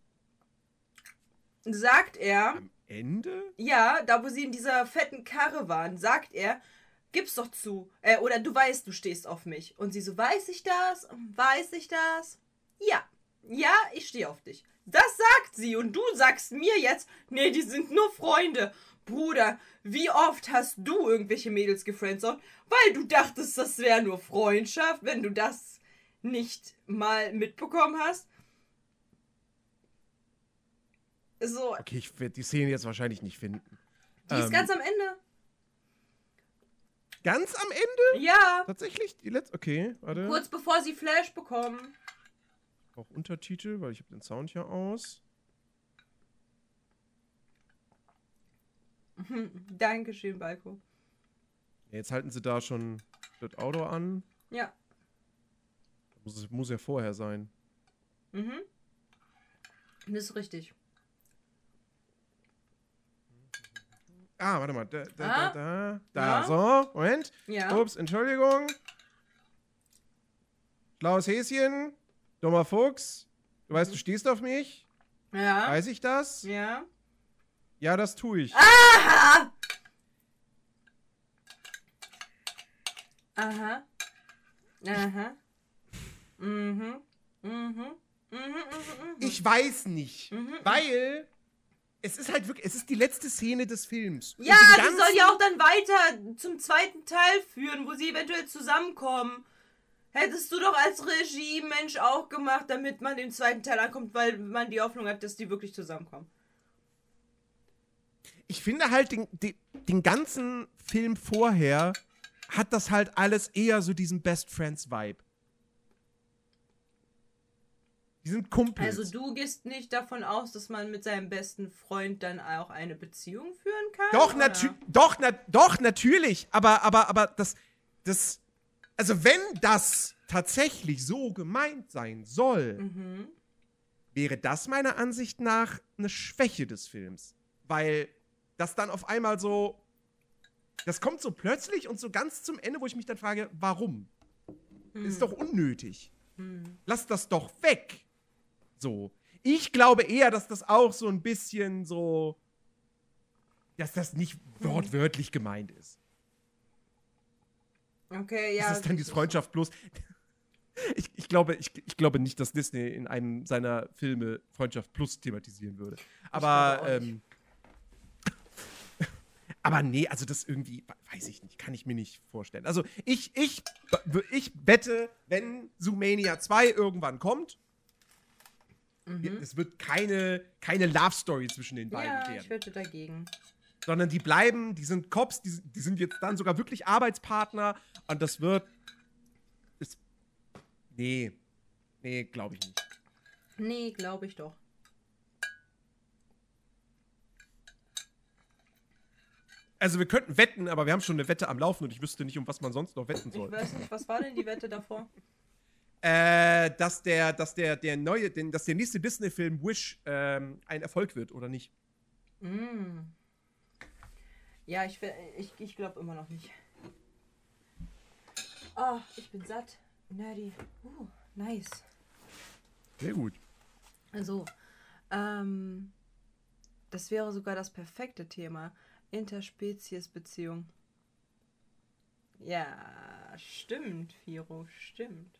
sagt er, Am Ende? ja, da wo sie in dieser fetten Karre waren, sagt er, gib's doch zu. Äh, oder du weißt, du stehst auf mich. Und sie so, weiß ich das? Weiß ich das? Ja. Ja, ich stehe auf dich. Das sagt sie. Und du sagst mir jetzt, nee, die sind nur Freunde. Bruder, wie oft hast du irgendwelche Mädels gefriendzoned, weil du dachtest, das wäre nur Freundschaft, wenn du das nicht mal mitbekommen hast? So, Okay, ich werde die Szene jetzt wahrscheinlich nicht finden. die ist Ähm, ganz am Ende. Ganz am Ende? Ja, Tatsächlich? Die letzte? Okay, warte. kurz bevor sie Flash bekommen. Auch Untertitel, weil ich habe den Sound hier aus. Dankeschön, Balko. Ja, jetzt halten sie da schon das Auto an. Ja. Muss, es- muss ja vorher sein. Mhm. Das ist richtig. Ah, warte mal. Da, da, Ah. da, da. Da, Ja. so. Moment. Ja. Ups, Entschuldigung. Schlaues Häschen. Dummer Fuchs. Du weißt, du stehst auf mich. Ja. Weiß ich das? Ja. Ja, das tue ich. Aha. Aha. Aha. Mhm. Mhm. Mhm. Mhm. Mhm. Ich weiß nicht. Mhm. Weil es ist halt wirklich, es ist die letzte Szene des Films. Und Ja, den die ganzen- soll ja auch dann weiter zum zweiten Teil führen, wo sie eventuell zusammenkommen. Hättest du doch als Regiemensch auch gemacht, damit man den zweiten Teil ankommt, weil man die Hoffnung hat, dass die wirklich zusammenkommen. Ich finde halt, den, den, den ganzen Film vorher hat das halt alles eher so diesen Best Friends Vibe. Die sind Kumpels. Also du gehst nicht davon aus, dass man mit seinem besten Freund dann auch eine Beziehung führen kann? Doch, oder? natü doch, na doch, natürlich. Aber, aber, aber das, das, also wenn das tatsächlich so gemeint sein soll, Mhm. wäre das meiner Ansicht nach eine Schwäche des Films. Weil das dann auf einmal so, das kommt so plötzlich und so ganz zum Ende, wo ich mich dann frage, warum? Mhm. Ist doch unnötig. Mhm. Lass das doch weg. So. Ich glaube eher, dass das auch so ein bisschen so, dass das nicht wortwörtlich gemeint ist. Okay, ja. Ist das dann die Freundschaft bloß? Ich, ich, glaube, ich, ich glaube nicht, dass Disney in einem seiner Filme Freundschaft plus thematisieren würde. Aber, glaube auch nicht. ähm, aber nee, also das irgendwie, weiß ich nicht, kann ich mir nicht vorstellen. Also ich, ich, ich wette, wenn Zoomania zwei irgendwann kommt, Mhm. es wird keine, keine Love-Story zwischen den beiden Ja, werden. ich wette dagegen. Sondern die bleiben, die sind Cops, die, die sind jetzt dann sogar wirklich Arbeitspartner und das wird. Ist, nee. Nee, glaube ich nicht. Nee, glaube ich doch. Also wir könnten wetten, aber wir haben schon eine Wette am Laufen und ich wüsste nicht, um was man sonst noch wetten Ich soll. weiß nicht, was war denn die Wette davor? Äh, dass der, dass der, der neue, den, dass der nächste Disney-Film Wish ähm, ein Erfolg wird, oder nicht? Mm. Ja, ich, ich, ich glaube immer noch nicht. Oh, ich bin satt. Nerdy. Uh, nice. Sehr gut. Also, ähm, das wäre sogar das perfekte Thema. Interspezies-Beziehung. Ja, stimmt, Firo, stimmt.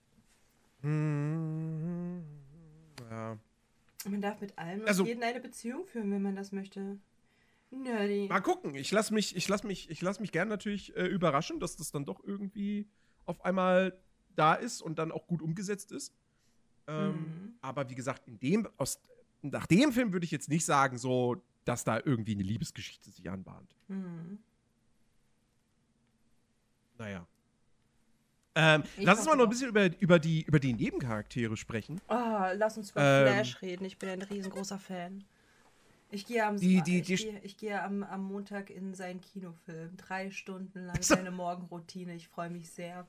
Hm, ja. Man darf mit allem und Also- jeden eine Beziehung führen, wenn man das möchte. Nerdy. Mal gucken. Ich lasse mich, ich lass mich, ich lass mich gern natürlich äh, überraschen, dass das dann doch irgendwie auf einmal da ist und dann auch gut umgesetzt ist. Ähm, Mhm. Aber wie gesagt, in dem, aus, nach dem Film würde ich jetzt nicht sagen, so, dass da irgendwie eine Liebesgeschichte sich anbahnt. Hm. Naja. Ähm, Ich lass uns mal hoffe noch ein doch. bisschen über, über, die, über die Nebencharaktere sprechen. Oh, lass uns über Ähm, Flash reden. Ich bin ein riesengroßer Fan. Ich gehe am, Die- die- ich die- gehe, ich gehe am, am Montag in seinen Kinofilm. Drei Stunden lang seine Morgenroutine. Ich freue mich sehr.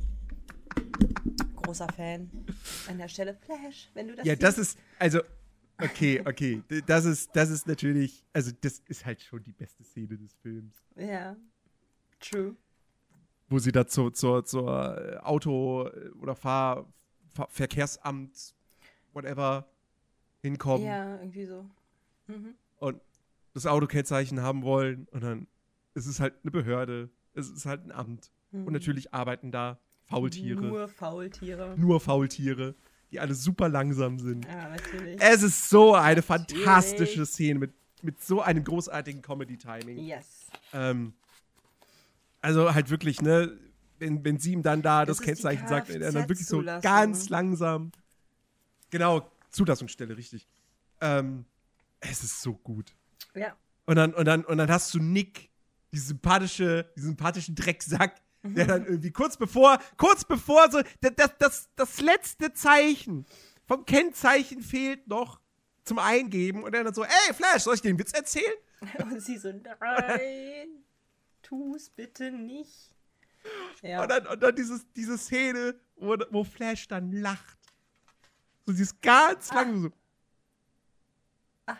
Großer Fan. An der Stelle Flash, wenn du das Ja, siehst. das ist, also, okay, okay. D- Das ist, das ist natürlich, also, das ist halt schon die beste Szene des Films. Ja. True. Wo sie da zur, zur, zur äh, Auto- oder Fahr, Fahr Verkehrsamt, whatever, hinkommen Ja, irgendwie so. Mhm. und das Autokennzeichen haben wollen. Und dann ist es halt eine Behörde, es ist halt ein Amt. Mhm. Und natürlich arbeiten da Faultiere. Nur, Nur Faultiere. Faultiere, die alle super langsam sind. Ja, natürlich. Es ist so eine Natürlich. fantastische Szene mit mit so einem großartigen Comedy-Timing. Yes. Ähm, also halt wirklich, ne, wenn, wenn sie ihm dann da das, Das ist Kennzeichen die sagt, er dann wirklich so Kfz-Zulassung. ganz langsam. Genau, Zulassungsstelle, richtig. Ähm, es ist so gut. Ja. Und dann, und dann, und dann hast du Nick, die sympathische, die sympathischen Drecksack, der dann irgendwie kurz bevor, kurz bevor so, das, das, das, das letzte Zeichen vom Kennzeichen fehlt noch zum Eingeben und er dann so, ey, Flash, soll ich dir den Witz erzählen? Und sie so, nein, tu's bitte nicht. Ja. Und dann, und dann dieses, diese Szene, wo, wo Flash dann lacht. So dieses ganz Ah. lange so. Ah.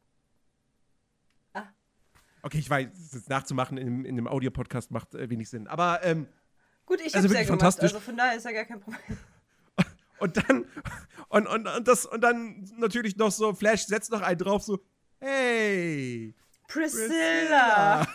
Ah. Okay, ich weiß, das jetzt nachzumachen in, in einem Audio-Podcast macht äh, wenig Sinn. Aber, ähm, Gut, ich Also hab's ja wirklich gemacht, fantastisch. also von daher ist ja gar kein Problem. und dann, und, und, und, das, und dann natürlich noch so, Flash setzt noch einen drauf, so, hey, Priscilla.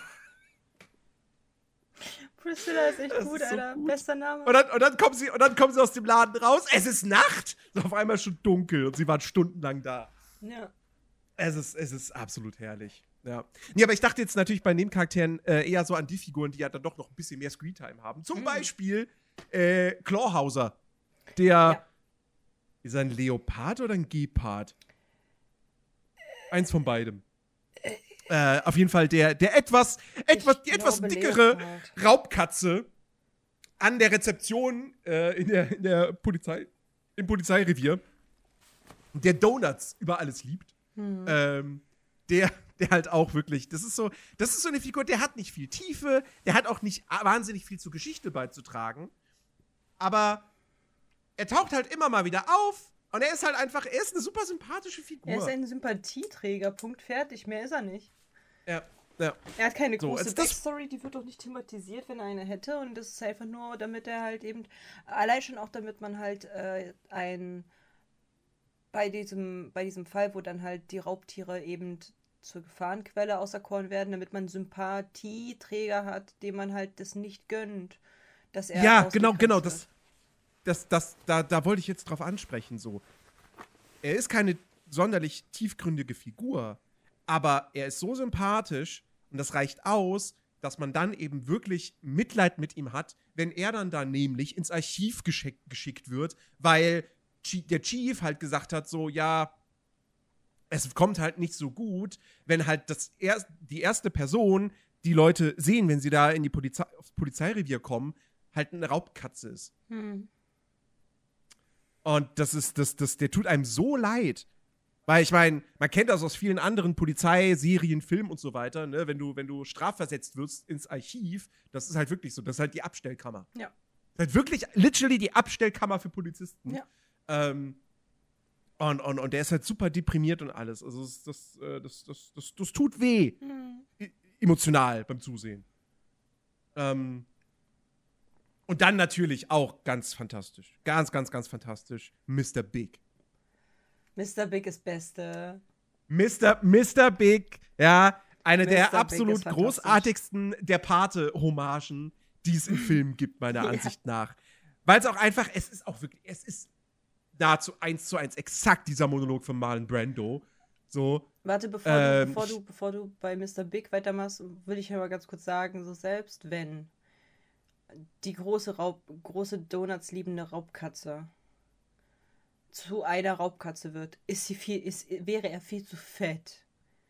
Priscilla ist echt Das gut, ist so Alter. gut. Bester Name. Und dann, und, dann kommen sie, und dann kommen sie aus dem Laden raus, es ist Nacht, so auf einmal schon dunkel und sie waren stundenlang da. Ja. Es ist, es ist absolut herrlich. Ja. Nee, aber ich dachte jetzt natürlich bei Nebencharakteren äh, eher so an die Figuren, die ja dann doch noch ein bisschen mehr Screentime haben. Zum Mhm. Beispiel äh, Clawhauser. Der. Ja. Ist er ein Leopard oder ein Gepard? Eins von beidem. Äh, auf jeden Fall der, der etwas, etwas, die etwas glaube, dickere Leopard. Raubkatze an der Rezeption äh, in der, in der Polizei, im Polizeirevier, der Donuts über alles liebt. Hm. Ähm, der, der halt auch wirklich, das ist so, das ist so eine Figur, der hat nicht viel Tiefe, der hat auch nicht wahnsinnig viel zur Geschichte beizutragen, aber er taucht halt immer mal wieder auf und er ist halt einfach, er ist eine super sympathische Figur. Er ist ein Sympathieträger, Punkt, fertig. Mehr ist er nicht. ja, ja. Er hat keine So, große als das- Backstory, die wird doch nicht thematisiert, wenn er eine hätte. Und das ist einfach nur, damit er halt eben, allein schon auch damit man halt äh, ein, bei diesem, bei diesem Fall, wo dann halt die Raubtiere eben zur Gefahrenquelle auserkoren werden, damit man Sympathieträger hat, dem man halt das nicht gönnt, dass er Ja, ausgegrenzt genau, genau, wird. das, das, das, da, da wollte ich jetzt drauf ansprechen, so. Er ist keine sonderlich tiefgründige Figur, aber er ist so sympathisch und das reicht aus, dass man dann eben wirklich Mitleid mit ihm hat, wenn er dann da nämlich ins Archiv geschick, geschickt wird, weil Chi- der Chief halt gesagt hat, so, ja, es kommt halt nicht so gut, wenn halt das er, die erste Person, die Leute sehen, wenn sie da in die Polizei, aufs Polizeirevier kommen, halt eine Raubkatze ist. Hm. Und das ist, das, das, der tut einem so leid. Weil ich meine, man kennt das aus vielen anderen Polizeiserien, Filmen und so weiter, ne? Wenn du, wenn du strafversetzt wirst ins Archiv, das ist halt wirklich so, das ist halt die Abstellkammer. Ja. Das ist halt wirklich literally die Abstellkammer für Polizisten. Ja. Ähm, und, und, und der ist halt super deprimiert und alles. Also das, das, äh, das, das, das, das tut weh. Hm. E- emotional beim Zusehen. Ähm, und dann natürlich auch ganz fantastisch. Ganz, ganz, ganz fantastisch. Mister Big. Mister Big ist Beste. Mister Mister Big, ja, eine Mister der Big ist absolut fantastisch. großartigsten der Pate-Hommagen, die es im Film gibt, meiner Ja. Ansicht nach. Weil es auch einfach, es ist auch wirklich, es ist nahezu eins zu eins exakt dieser Monolog von Marlon Brando. So, Warte, bevor, Ähm, du, bevor, ich- du, bevor du bei Mister Big weitermachst, will ich aber ganz kurz sagen, so selbst wenn die große Raub, große Donuts liebende Raubkatze zu einer Raubkatze wird, ist sie viel, ist, wäre er viel zu fett,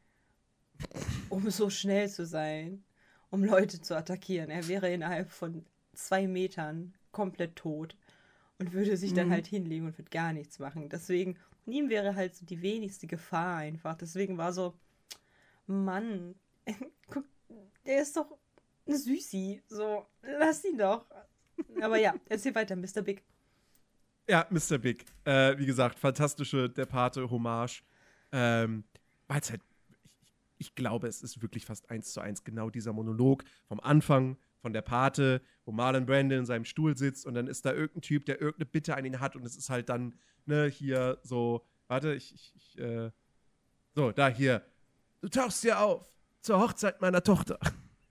um so schnell zu sein, um Leute zu attackieren. Er wäre innerhalb von zwei Metern komplett tot und würde sich dann Mhm. halt hinlegen und würde gar nichts machen. Deswegen, ihm wäre halt so die wenigste Gefahr einfach. Deswegen war so, Mann, guck, der ist doch eine Süßi. So, lass ihn doch. Aber ja, erzähl weiter, Mister Big. ja, Mister Big. Äh, wie gesagt, fantastische Der Pate-Hommage. Ähm, weil es halt, ich, ich glaube, es ist wirklich fast eins zu eins genau dieser Monolog vom Anfang von Der Pate, wo Marlon Brando in seinem Stuhl sitzt und dann ist da irgendein Typ, der irgendeine Bitte an ihn hat und es ist halt dann, ne, hier so, warte, ich, ich, ich äh, so, da, hier, du tauchst hier auf zur Hochzeit meiner Tochter.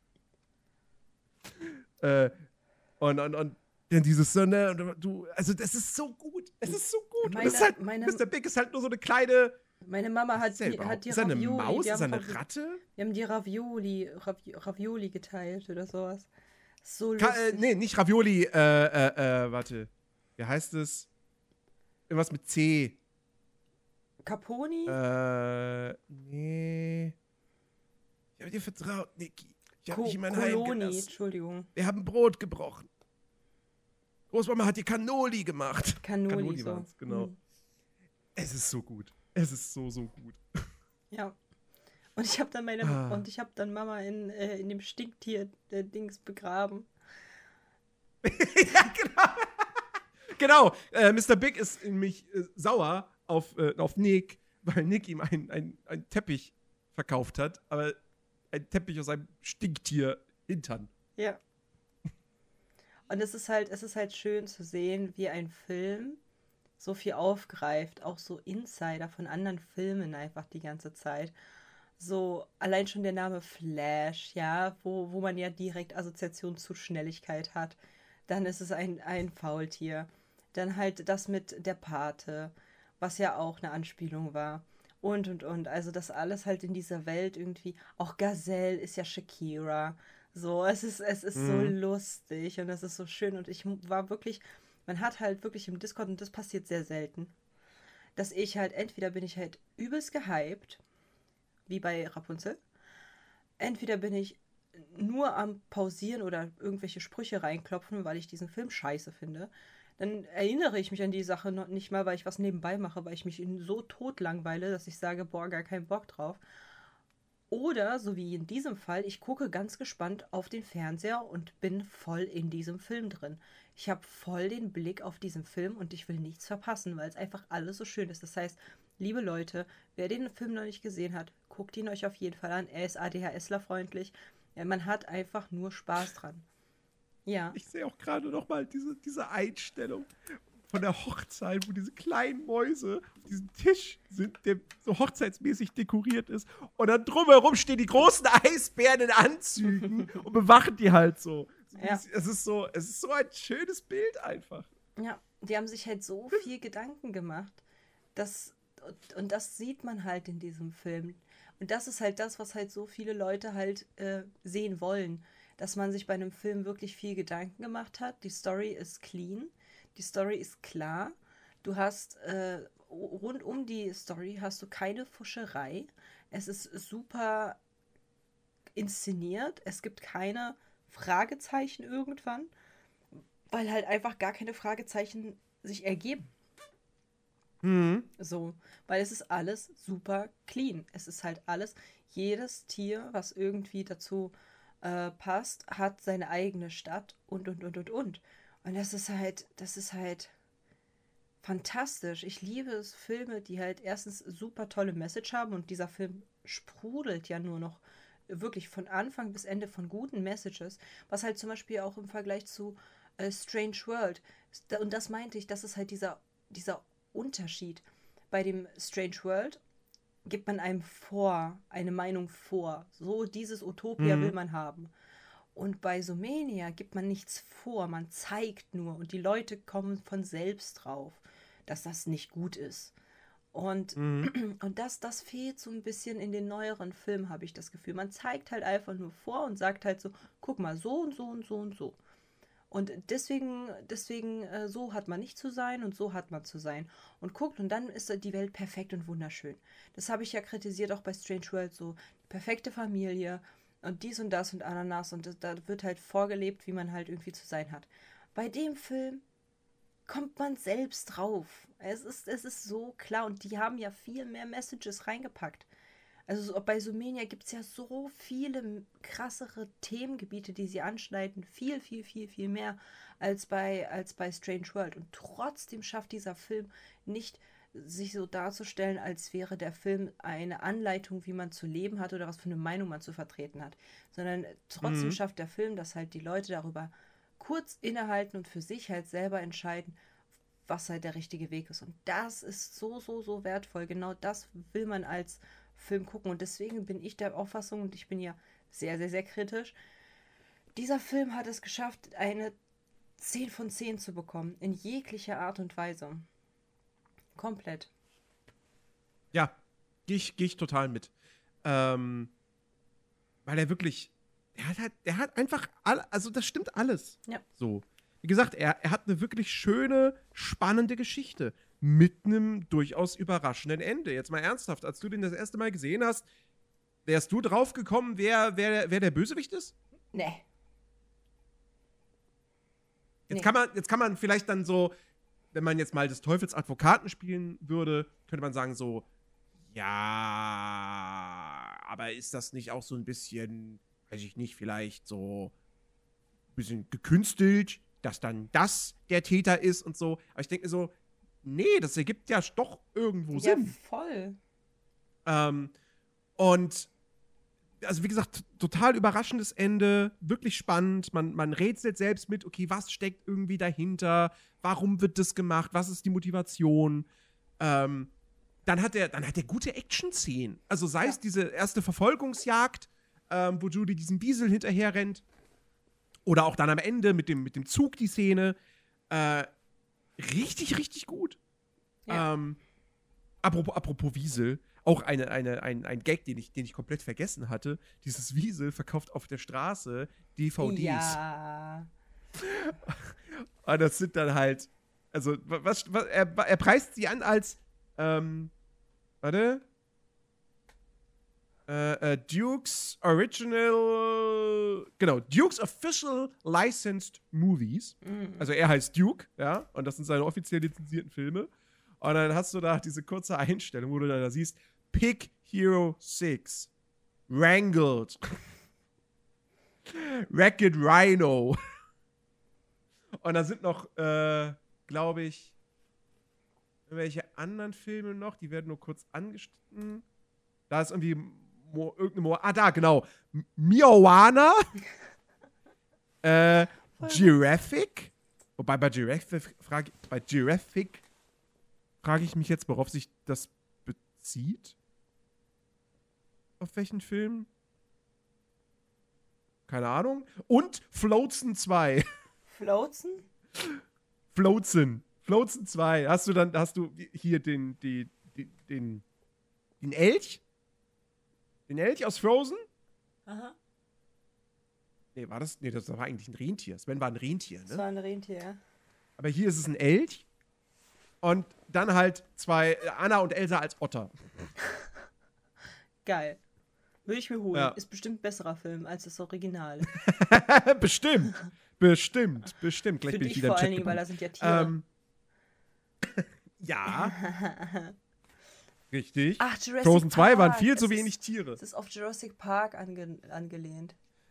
äh, und, und, und dann dieses so, ne, und du, also das ist so gut, es ist so gut. Meine- und es ist halt, meine- Mister Big ist halt nur so eine kleine, Meine Mama hat Ist er die, überhaupt? hat die Ist er eine Ravioli. Maus? die Ist er haben eine Ravi- Ratte? Wir haben die Ravioli, Ravi Ravioli geteilt oder sowas. So Ka äh, lustig. nee, nicht Ravioli, äh, äh, äh, warte. Wie heißt es? Irgendwas mit C. Caponi? Äh, nee. Ich habe dir vertraut, Niki. Ich habe Co dich in mein Heim Coloni, gelassen. Entschuldigung. Wir haben Brot gebrochen. Großmama hat die Cannoli gemacht. Cannoli, so. waren's, genau. Hm. Es ist so gut. Es ist so, so gut. Ja. Und ich habe dann meine Ah. und ich habe dann Mama in, äh, in dem Stinktier-Dings begraben. Ja, genau. Genau. Äh, Mister Big ist nämlich äh, sauer auf, äh, auf Nick, weil Nick ihm einen ein Teppich verkauft hat, aber ein Teppich aus einem Stinktier hintern. Ja. Und es ist halt, es ist halt schön zu sehen, wie ein Film so viel aufgreift, auch so Insider von anderen Filmen einfach die ganze Zeit. So, allein schon der Name Flash, ja, wo, wo man ja direkt Assoziation zu Schnelligkeit hat. Dann ist es ein, ein Faultier. Dann halt das mit der Pate, was ja auch eine Anspielung war. Und, und, und. Also das alles halt in dieser Welt irgendwie. Auch Gazelle ist ja Shakira. So, es ist, es ist so Mhm. lustig und es ist so schön. Und ich war wirklich, man hat halt wirklich im Discord, und das passiert sehr selten, dass ich halt, entweder bin ich halt übelst gehypt, wie bei Rapunzel, entweder bin ich nur am Pausieren oder irgendwelche Sprüche reinklopfen, weil ich diesen Film scheiße finde. Dann erinnere ich mich an die Sache noch nicht mal, weil ich was nebenbei mache, weil ich mich so tot langweile, dass ich sage, boah, gar keinen Bock drauf. Oder, so wie in diesem Fall, ich gucke ganz gespannt auf den Fernseher und bin voll in diesem Film drin. Ich habe voll den Blick auf diesen Film und ich will nichts verpassen, weil es einfach alles so schön ist. Das heißt, liebe Leute, wer den Film noch nicht gesehen hat, guckt ihn euch auf jeden Fall an. Er ist ADHSler-freundlich. Ja, man hat einfach nur Spaß dran. Ja. Ich sehe auch gerade noch mal diese, diese Einstellung von der Hochzeit, wo diese kleinen Mäuse auf diesem Tisch sind, der so hochzeitsmäßig dekoriert ist. Und dann drumherum stehen die großen Eisbären in Anzügen und bewachen die halt so. Ja. Es ist so, es ist so ein schönes Bild einfach. Ja, die haben sich halt so viel Gedanken gemacht. Das, und, und das sieht man halt in diesem Film. Und das ist halt das, was halt so viele Leute halt äh, sehen wollen. Dass man sich bei einem Film wirklich viel Gedanken gemacht hat. Die Story ist clean. Die Story ist klar. Du hast äh, rund um die Story hast du keine Fuscherei. Es ist super inszeniert. Es gibt keine Fragezeichen irgendwann, weil halt einfach gar keine Fragezeichen sich ergeben. Mhm. So, weil es ist alles super clean. Es ist halt alles, jedes Tier, was irgendwie dazu äh, passt, hat seine eigene Stadt und, und, und, und, und. Und das ist halt, das ist halt fantastisch. Ich liebe es, Filme, die halt erstens super tolle Message haben und dieser Film sprudelt ja nur noch wirklich von Anfang bis Ende von guten Messages, was halt zum Beispiel auch im Vergleich zu äh, Strange World, und das meinte ich, das ist halt dieser, dieser Unterschied. Bei dem Strange World gibt man einem vor, eine Meinung vor. So dieses Utopia Mhm. will man haben. Und bei Sumenia gibt man nichts vor, man zeigt nur und die Leute kommen von selbst drauf, dass das nicht gut ist. Und, Mhm. und das, das fehlt so ein bisschen in den neueren Filmen, habe ich das Gefühl. Man zeigt halt einfach nur vor und sagt halt so, guck mal, so und so und so und so. Und deswegen, deswegen, äh, so hat man nicht zu sein und so hat man zu sein. Und guckt, und dann ist die Welt perfekt und wunderschön. Das habe ich ja kritisiert auch bei Strange World so. Die perfekte Familie und dies und das und Ananas und das, da wird halt vorgelebt, wie man halt irgendwie zu sein hat. Bei dem Film kommt man selbst drauf. Es ist, es ist so klar und die haben ja viel mehr Messages reingepackt. Also so, bei Sumenia gibt es ja so viele krassere Themengebiete, die sie anschneiden. Viel, viel, viel, viel mehr als bei, als bei Strange World. Und trotzdem schafft dieser Film nicht, sich so darzustellen, als wäre der Film eine Anleitung, wie man zu leben hat oder was für eine Meinung man zu vertreten hat. Sondern trotzdem Mhm. schafft der Film, dass halt die Leute darüber kurz innehalten und für sich halt selber entscheiden, was halt der richtige Weg ist. Und das ist so, so, so wertvoll. Genau das will man als Film gucken. Und deswegen bin ich der Auffassung, und ich bin ja sehr, sehr, sehr kritisch, dieser Film hat es geschafft, eine zehn von zehn zu bekommen. In jeglicher Art und Weise. Komplett. Ja, Gehe ich, geh ich total mit. Ähm, weil er wirklich, er hat halt, er hat einfach, alle, also das stimmt alles. Ja. So. Wie gesagt, er, er hat eine wirklich schöne, spannende Geschichte. Mit einem durchaus überraschenden Ende. Jetzt mal ernsthaft, als du den das erste Mal gesehen hast, wärst du drauf gekommen, wer, wer, wer der Bösewicht ist? Nee. Jetzt, Nee. kann man, jetzt kann man vielleicht dann so, wenn man jetzt mal des Teufels Advokaten spielen würde, könnte man sagen so, ja, aber ist das nicht auch so ein bisschen, weiß ich nicht, vielleicht so ein bisschen gekünstelt, dass dann das der Täter ist und so. Aber ich denke mir so, nee, das ergibt ja doch irgendwo Ja, Sinn. voll. Ähm, und also wie gesagt, total überraschendes Ende, wirklich spannend. Man, man rätselt selbst mit, okay, was steckt irgendwie dahinter? Warum wird das gemacht? Was ist die Motivation? Ähm, dann hat er, dann hat er gute Action-Szenen. Also sei Ja. es diese erste Verfolgungsjagd, ähm, wo Judy diesem Wiesel hinterher rennt. Oder auch dann am Ende mit dem, mit dem Zug die Szene. Äh, richtig, richtig gut. Ja. Ähm, apropos, apropos Wiesel, auch eine, eine, ein, ein Gag, den ich, den ich komplett vergessen hatte. Dieses Wiesel verkauft auf der Straße D V Ds. Ja. Und das sind dann halt, also, was, was er, er preist sie an als, ähm, warte, äh, äh, Duke's Original, genau, Duke's Official Licensed Movies. Mhm. Also er heißt Duke, ja, und das sind seine offiziell lizenzierten Filme. Und dann hast du da diese kurze Einstellung, wo du dann da siehst, Pick Hero six, Wrangled, Wreck-It Rhino. Und da sind noch, äh, glaube ich, welche anderen Filme noch, die werden nur kurz angeschnitten. Da ist irgendwie Mo, irgendeine Mo, ah, da, genau. M- Moana. äh, Giraffic. Wobei bei Giraffic frage bei Giraffic frage ich mich jetzt, worauf sich das bezieht. Auf welchen Film? Keine Ahnung. Und Floatsen zwei. Floatsen? Floatsen. Floatsen zwei. Hast du dann, hast du hier den, die, die, den, den Elch? Den Elch aus Frozen? Aha. Nee, war das? Nee, das war eigentlich ein Rentier. Sven war ein Rentier, Das ne? war ein Rentier. Aber hier ist es ein Elch. Und dann halt zwei, Anna und Elsa als Otter. Geil. Würde ich mir holen. Ja. Ist bestimmt ein besserer Film als das Original. Bestimmt. Bestimmt. Bestimmt. Gleich Finde bin ich ich wieder vor im allen Chat Dingen, weil da gebannt. sind ja Tiere. Ähm, ja, richtig. Ach, Jurassic Frozen zwei Park. waren viel Es zu ist- wenig Tiere. Es ist auf Jurassic Park ange angelehnt.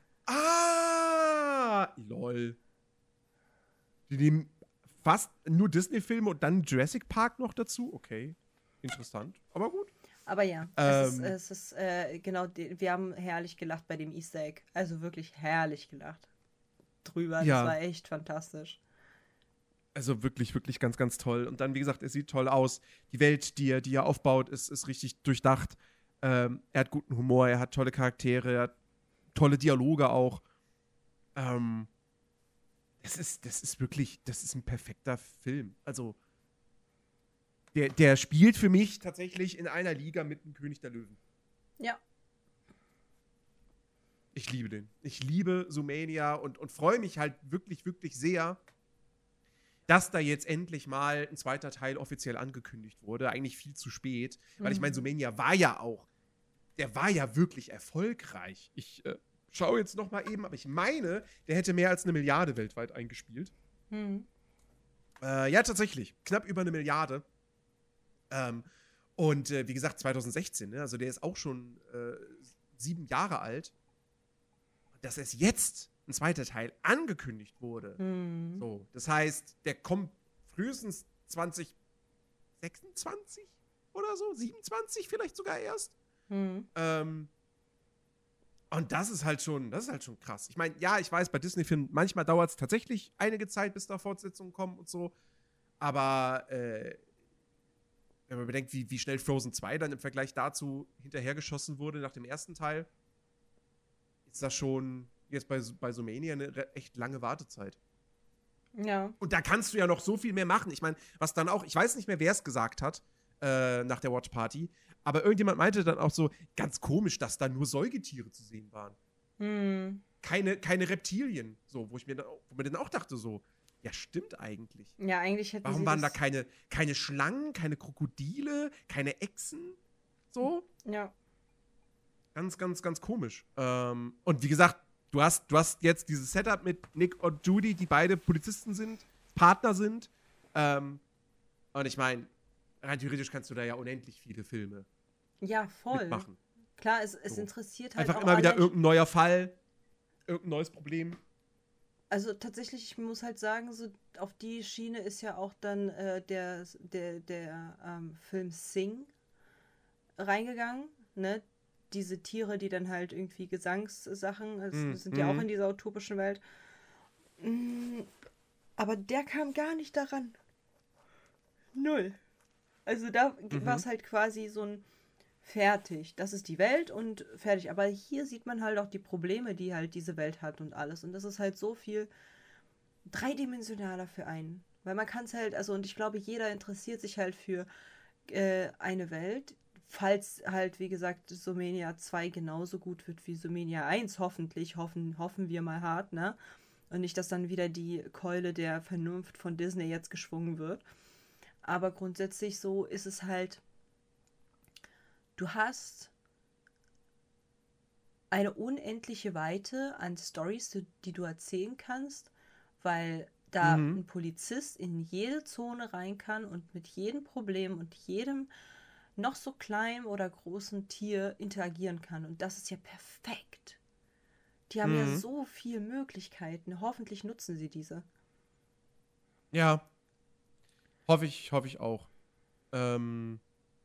Ah, lol. Die nehmen fast nur Disney-Filme und dann Jurassic Park noch dazu? Okay, interessant. Aber gut. Aber ja, es ist, Ähm. es ist äh, genau, die, wir haben herrlich gelacht bei dem Easter Egg. Also wirklich herrlich gelacht. Drüber, Ja. das war echt fantastisch. Also wirklich, wirklich ganz, ganz toll. Und dann, wie gesagt, es sieht toll aus. Die Welt, die er, die er aufbaut, ist, ist richtig durchdacht. Ähm, er hat guten Humor, er hat tolle Charaktere, er hat tolle Dialoge auch. Ähm, das ist, das ist wirklich, das ist ein perfekter Film. Also, der, der spielt für mich tatsächlich in einer Liga mit dem König der Löwen. Ja. Ich liebe den. Ich liebe Zoomania und, und freue mich halt wirklich, wirklich sehr, dass da jetzt endlich mal ein zweiter Teil offiziell angekündigt wurde. Eigentlich viel zu spät. Weil ich meine, Zoomania war ja auch, der war ja wirklich erfolgreich. Ich äh, schaue jetzt noch mal eben, aber ich meine, der hätte mehr als eine Milliarde weltweit eingespielt. Hm. Äh, ja, tatsächlich. Knapp über eine Milliarde. Ähm, und äh, wie gesagt, zwanzig sechzehn, ne? Also der ist auch schon äh, sieben Jahre alt. Dass es jetzt ein zweiter Teil angekündigt wurde. Hm. So, das heißt, der kommt frühestens zwanzig sechsundzwanzig oder so, siebenundzwanzig vielleicht sogar erst. Hm. Ähm, und das ist halt schon, das ist halt schon krass. Ich meine, ja, ich weiß, bei Disney-Filmen, manchmal dauert es tatsächlich einige Zeit, bis da Fortsetzungen kommen und so. Aber äh, wenn man bedenkt, wie, wie schnell Frozen zwei dann im Vergleich dazu hinterhergeschossen wurde nach dem ersten Teil, ist das schon jetzt bei, bei Zoomania eine re- echt lange Wartezeit. Ja. Und da kannst du ja noch so viel mehr machen. Ich meine, was dann auch, ich weiß nicht mehr, wer es gesagt hat äh, nach der Watch Party, aber irgendjemand meinte dann auch so, ganz komisch, dass da nur Säugetiere zu sehen waren. Hm. Keine, keine Reptilien. So, wo ich mir dann, auch- wo mir dann auch dachte, so, ja, stimmt eigentlich. Ja, eigentlich hätten Warum sie waren das, da keine, keine Schlangen, keine Krokodile, keine Echsen? So? Ja. Ganz, ganz, ganz komisch. Ähm, und wie gesagt, du hast, du hast jetzt dieses Setup mit Nick und Judy, die beide Polizisten sind, Partner sind. Ähm, und ich meine, rein theoretisch kannst du da ja unendlich viele Filme Ja, voll. mitmachen. Klar, es, es So. interessiert halt Einfach auch immer wieder alle. irgendein neuer Fall, irgendein neues Problem. Also tatsächlich, ich muss halt sagen, so auf die Schiene ist ja auch dann äh, der, der, der ähm, Film Sing reingegangen, ne? Diese Tiere, die dann halt irgendwie Gesangssachen, also Mm, sind ja auch mm. in dieser utopischen Welt. Mm, aber der kam gar nicht daran. Null. Also da Mhm. war es halt quasi so ein fertig. Das ist die Welt und fertig. Aber hier sieht man halt auch die Probleme, die halt diese Welt hat und alles. Und das ist halt so viel dreidimensionaler für einen. Weil man kann es halt, also und ich glaube, jeder interessiert sich halt für äh, eine Welt, falls halt, wie gesagt, Sumenia zwei genauso gut wird wie Sumenia eins, hoffentlich, hoffen, hoffen wir mal hart, ne? Und nicht, dass dann wieder die Keule der Vernunft von Disney jetzt geschwungen wird. Aber grundsätzlich so ist es halt, du hast eine unendliche Weite an Storys, die, die du erzählen kannst, weil da Mhm. ein Polizist in jede Zone rein kann und mit jedem Problem und jedem noch so kleinen oder großen Tier interagieren kann. Und das ist ja perfekt. Die haben ja Mhm. so viele Möglichkeiten. Hoffentlich nutzen sie diese. Ja. Hoffe ich, hoffe ich auch. Ähm,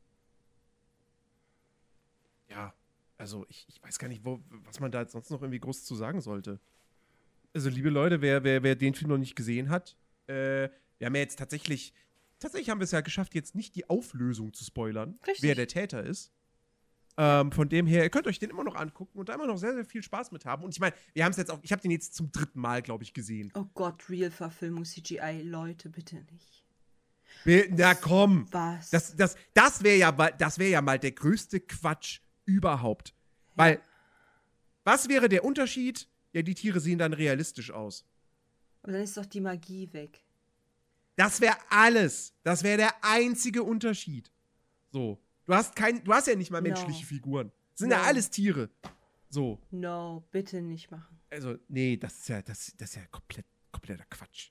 ja, also ich, ich weiß gar nicht, wo, was man da jetzt sonst noch irgendwie groß zu sagen sollte. Also, liebe Leute, wer, wer, wer den Film noch nicht gesehen hat, äh, wir haben ja jetzt tatsächlich, tatsächlich haben wir es ja geschafft, jetzt nicht die Auflösung zu spoilern, Richtig. wer der Täter ist. Ähm, von dem her, ihr könnt euch den immer noch angucken und da immer noch sehr, sehr viel Spaß mit haben. Und ich meine, wir haben es jetzt auch, ich habe den jetzt zum dritten Mal, glaube ich, gesehen. Oh Gott, Real-Verfilmung, C G I, Leute, bitte nicht. Be- Na komm! Was? Das, das, das wäre ja, mal- das wär ja mal der größte Quatsch überhaupt. Weil, was wäre der Unterschied? Ja, die Tiere sehen dann realistisch aus. Aber dann ist doch die Magie weg. Das wäre alles. Das wäre der einzige Unterschied. So. Du hast kein, du hast ja nicht mal No. menschliche Figuren. Das sind No. ja alles Tiere. So. No, bitte nicht machen. Also, nee, das ist ja, das, das ist ja komplett, kompletter Quatsch.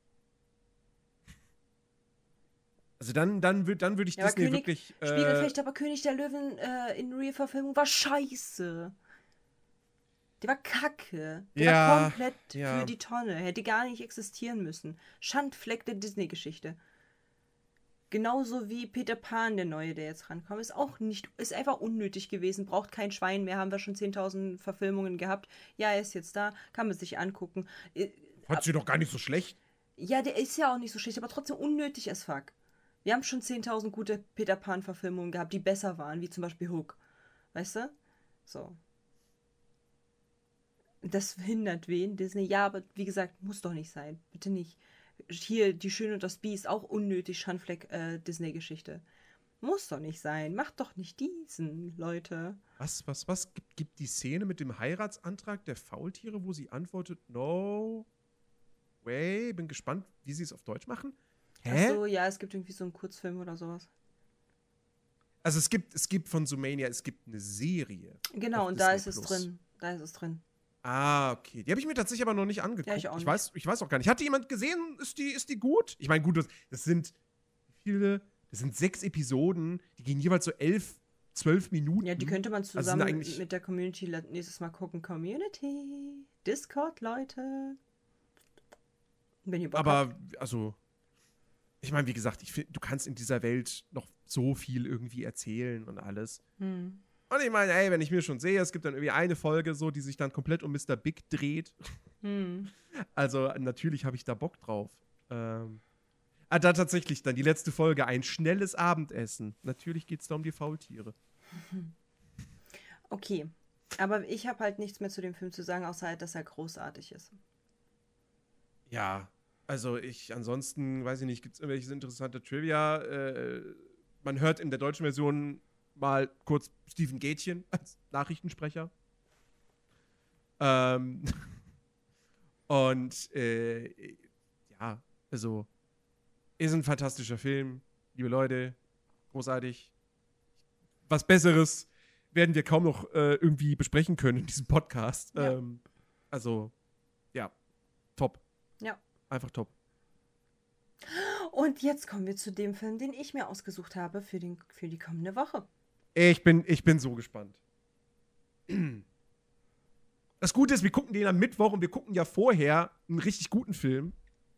Also dann, dann würde dann würd ich Ja, aber Disney König, wirklich. Äh, Spiegelfechter, aber König der Löwen äh, in Real-Verfilmung war scheiße. Der war kacke. Der Ja, war komplett ja. für die Tonne. Hätte gar nicht existieren müssen. Schandfleck der Disney-Geschichte. Genauso wie Peter Pan, der neue, der jetzt rankommt. Ist auch nicht, ist einfach unnötig gewesen. Braucht kein Schwein mehr. Haben wir schon zehntausend Verfilmungen gehabt. Ja, er ist jetzt da. Kann man sich angucken. Äh, Fandst du doch gar nicht so schlecht. Ja, der ist ja auch nicht so schlecht, aber trotzdem unnötig as fuck. Wir haben schon zehntausend gute Peter Pan-Verfilmungen gehabt, die besser waren, wie zum Beispiel Hook. Weißt du? So. Das hindert wen? Disney? Ja, aber wie gesagt, muss doch nicht sein. Bitte nicht. Hier, Die Schöne und das Biest, auch unnötig, Schandfleck äh, Disney-Geschichte. Muss doch nicht sein. Macht doch nicht diesen, Leute. Was, was, was? Gibt, gibt die Szene mit dem Heiratsantrag der Faultiere, wo sie antwortet, no way? Bin gespannt, wie sie es auf Deutsch machen. Hä? Ach so, ja, es gibt irgendwie so einen Kurzfilm oder sowas. Also es gibt, es gibt von Sumania, es gibt eine Serie. Genau, auf und da Disney ist es Plus. drin. Da ist es drin. Ah, okay. Die habe ich mir tatsächlich aber noch nicht angeguckt. Ja, ich auch ich, nicht. weiß, ich weiß auch gar nicht. Hatte jemand gesehen, ist die, ist die gut? Ich meine, gut, das, das sind wie viele, das sind sechs Episoden, die gehen jeweils so elf, zwölf Minuten. Ja, die könnte man Also sind zusammen eigentlich- mit der Community le- nächstes Mal gucken. Community, Discord, Leute. Wenn ihr Bock habt. Aber, also, ich meine, wie gesagt, ich find, du kannst in dieser Welt noch so viel irgendwie erzählen und alles. Hm. Und ich meine, ey, wenn ich mir schon sehe, es gibt dann irgendwie eine Folge so, die sich dann komplett um Mister Big dreht. Hm. Also, natürlich habe ich da Bock drauf. Ähm, ah, da tatsächlich dann die letzte Folge, ein schnelles Abendessen. Natürlich geht es da um die Faultiere. Okay. Aber ich habe halt nichts mehr zu dem Film zu sagen, außer halt, dass er großartig ist. Ja, also ich, ansonsten, weiß ich nicht, gibt es irgendwelches interessante Trivia? Äh, man hört in der deutschen Version mal kurz Steven Gätchen als Nachrichtensprecher. Ähm, und äh, ja, also ist ein fantastischer Film, liebe Leute, großartig. Was Besseres werden wir kaum noch äh, irgendwie besprechen können in diesem Podcast. Ja. Ähm, also, ja, top. Ja. Einfach top. Und jetzt kommen wir zu dem Film, den ich mir ausgesucht habe für, den, für die kommende Woche. Ich bin, ich bin so gespannt. Das Gute ist, wir gucken den am Mittwoch und wir gucken ja vorher einen richtig guten Film.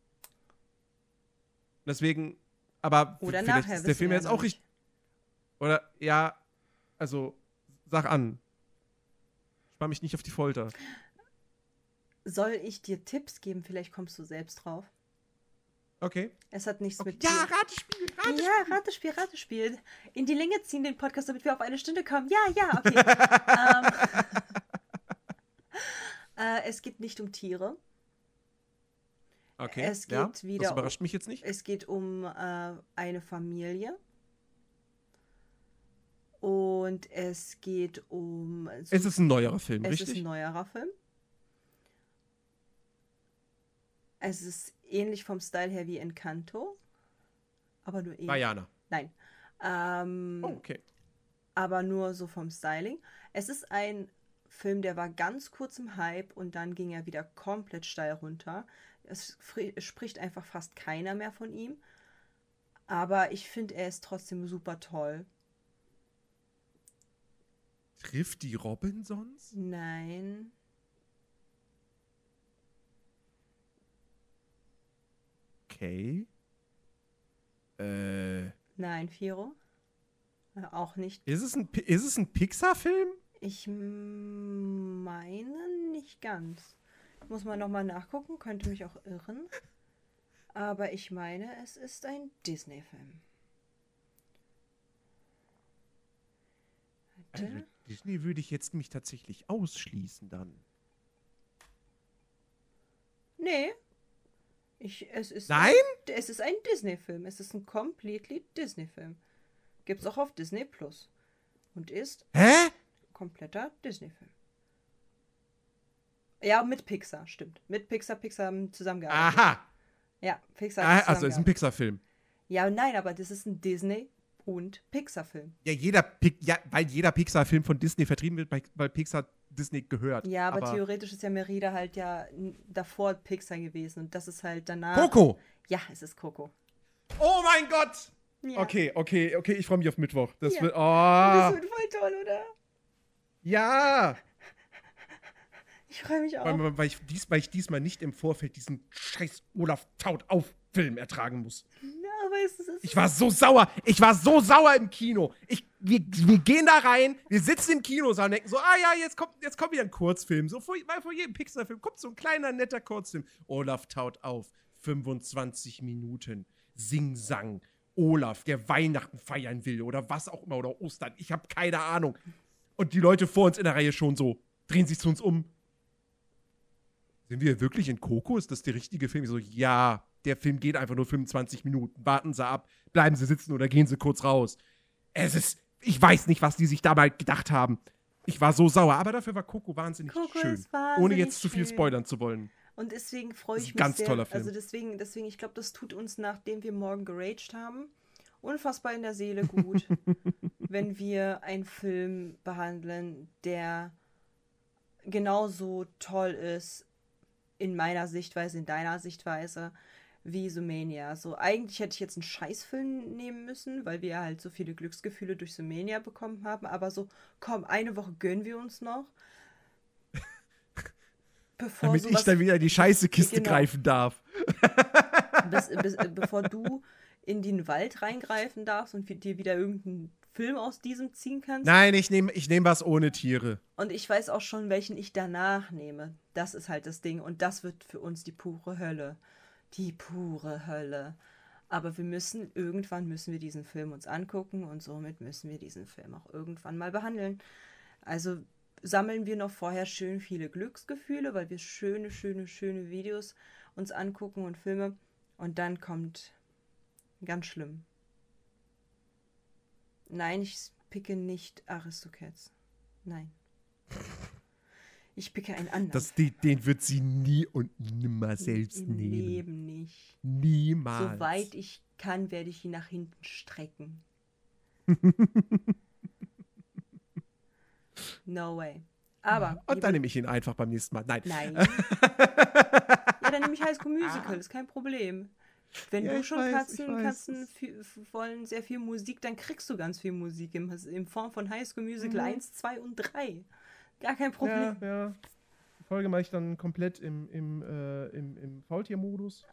Deswegen, aber Oder vielleicht nachher, ist der wissen Film wir jetzt ja auch noch richtig. Oder, ja, also, sag an. Spann mich nicht auf die Folter. Soll ich dir Tipps geben? Vielleicht kommst du selbst drauf. Okay. Es hat nichts okay. mit Ja, dir. Ratespiel, Ratespiel. Ja, Ratespiel, Ratespiel. In die Länge ziehen den Podcast, damit wir auf eine Stunde kommen. Ja, ja, okay. ähm, äh, es geht nicht um Tiere. Okay, Es geht ja, wieder das überrascht mich jetzt nicht. Es geht um äh, eine Familie. Und es geht um... So, Es ist ein neuerer Film, es richtig? ist ein neuerer Film. Es ist ähnlich vom Style her wie Encanto. Aber nur ähnlich. Vajana. Nein. Ähm, Oh, okay. aber nur so vom Styling. Es ist ein Film, der war ganz kurz im Hype und dann ging er wieder komplett steil runter. Es fri- spricht einfach fast keiner mehr von ihm. Aber ich finde, er ist trotzdem super toll. Trifft die Robinsons? Nein. Okay. Äh, Nein, Firo. Äh, Auch nicht. ist es ein, Pi- ist es ein Pixar-Film? Ich m- meine nicht ganz. Muss man nochmal nachgucken, könnte mich auch irren. Aber ich meine, es ist ein Disney-Film. Also Warte. Disney würde ich jetzt mich tatsächlich ausschließen dann. Nee. Ich, es ist Nein? Ein, es ist ein Disney-Film. Es ist ein completely Disney-Film. Gibt's auch auf Disney Plus. Und ist Hä? kompletter Disney-Film. Ja, mit Pixar, stimmt. Mit Pixar, Pixar haben zusammengearbeitet. Aha. Ja, Pixar Ah, hat also ist ein zusammengearbeitet. Pixar-Film. Ja, nein, aber das ist ein Disney- und Pixar-Film. Ja, jeder Pi ja, weil jeder Pixar-Film von Disney vertrieben wird, weil, weil Pixar Disney gehört. Ja, aber, theoretisch ist ja Merida halt ja n- davor Pixar gewesen und das ist halt danach. Coco! Ja, es ist Coco. Oh mein Gott! Ja. Okay, okay, okay, ich freue mich auf Mittwoch. Das Ja. wird. Das Oh! wird voll toll, oder? Ja! Ich freue mich auch. Weil, weil, ich dies, weil ich diesmal nicht im Vorfeld diesen scheiß Olaf Taut auf Film ertragen muss. Ja, aber es ist. Ich war so sauer. Ich war so sauer im Kino. Ich, wir, wir gehen da rein, wir sitzen im Kinosaal und denken so, ah ja, jetzt kommt, jetzt kommt wieder ein Kurzfilm. So vor, weil vor jedem Pixar-Film kommt so ein kleiner, netter Kurzfilm. Olaf taut auf. fünfundzwanzig Minuten. Sing-Sang. Olaf, der Weihnachten feiern will oder was auch immer. Oder Ostern. Ich habe keine Ahnung. Und die Leute vor uns in der Reihe schon so, drehen sich zu uns um. Sind wir wirklich in Coco? Ist das der richtige Film? Ich so, ja, der Film geht einfach nur fünfundzwanzig Minuten. Warten Sie ab, bleiben Sie sitzen oder gehen Sie kurz raus. Es ist, ich weiß nicht, was die sich dabei gedacht haben. Ich war so sauer, aber dafür war Coco wahnsinnig Coco schön. ist wahnsinnig ohne jetzt zu viel schön. spoilern zu wollen. Und deswegen freue Das ist ich ein mich ganz sehr. toller Film. Also deswegen, deswegen, ich glaube, das tut uns, nachdem wir morgen geraged haben, unfassbar in der Seele gut, wenn wir einen Film behandeln, der genauso toll ist, in meiner Sichtweise, in deiner Sichtweise, wie Zoomania. So, eigentlich hätte ich jetzt einen Scheißfilm nehmen müssen, weil wir halt so viele Glücksgefühle durch Zoomania bekommen haben. Aber so, komm, eine Woche gönnen wir uns noch. Bevor Damit ich sowas- dann wieder in die Scheiße-Kiste Genau. greifen darf. bis, bis, äh, bevor du in den Wald reingreifen darfst und dir wieder irgendeinen Film aus diesem ziehen kannst. Nein, ich nehme ich nehm was ohne Tiere. Und ich weiß auch schon, welchen ich danach nehme. Das ist halt das Ding. Und das wird für uns die pure Hölle. Die pure Hölle. Aber wir müssen, irgendwann müssen wir diesen Film uns angucken und somit müssen wir diesen Film auch irgendwann mal behandeln. Also sammeln wir noch vorher schön viele Glücksgefühle, weil wir schöne, schöne, schöne Videos uns angucken und Filme. Und dann kommt ganz schlimm. Nein, ich picke nicht Aristocats. Nein. Ich picke einen anderen. Das, den, den wird sie nie und nimmer selbst Im nehmen. Leben nicht. Niemals. Soweit ich kann, werde ich ihn nach hinten strecken. No way. Aber. Und dann nehme ich ihn einfach beim nächsten Mal. Nein. Nein. Ja, dann nehme ich High School Musical, ist kein Problem. Wenn Ja, du ich schon weiß, Katzen, ich weiß. Katzen viel, wollen sehr viel Musik, dann kriegst du ganz viel Musik in, in Form von High School Musical Mhm. eins, zwei und drei. Gar kein Problem. Ja, ja. Die Folge mache ich dann komplett im, im, äh, im, im Faultier-Modus.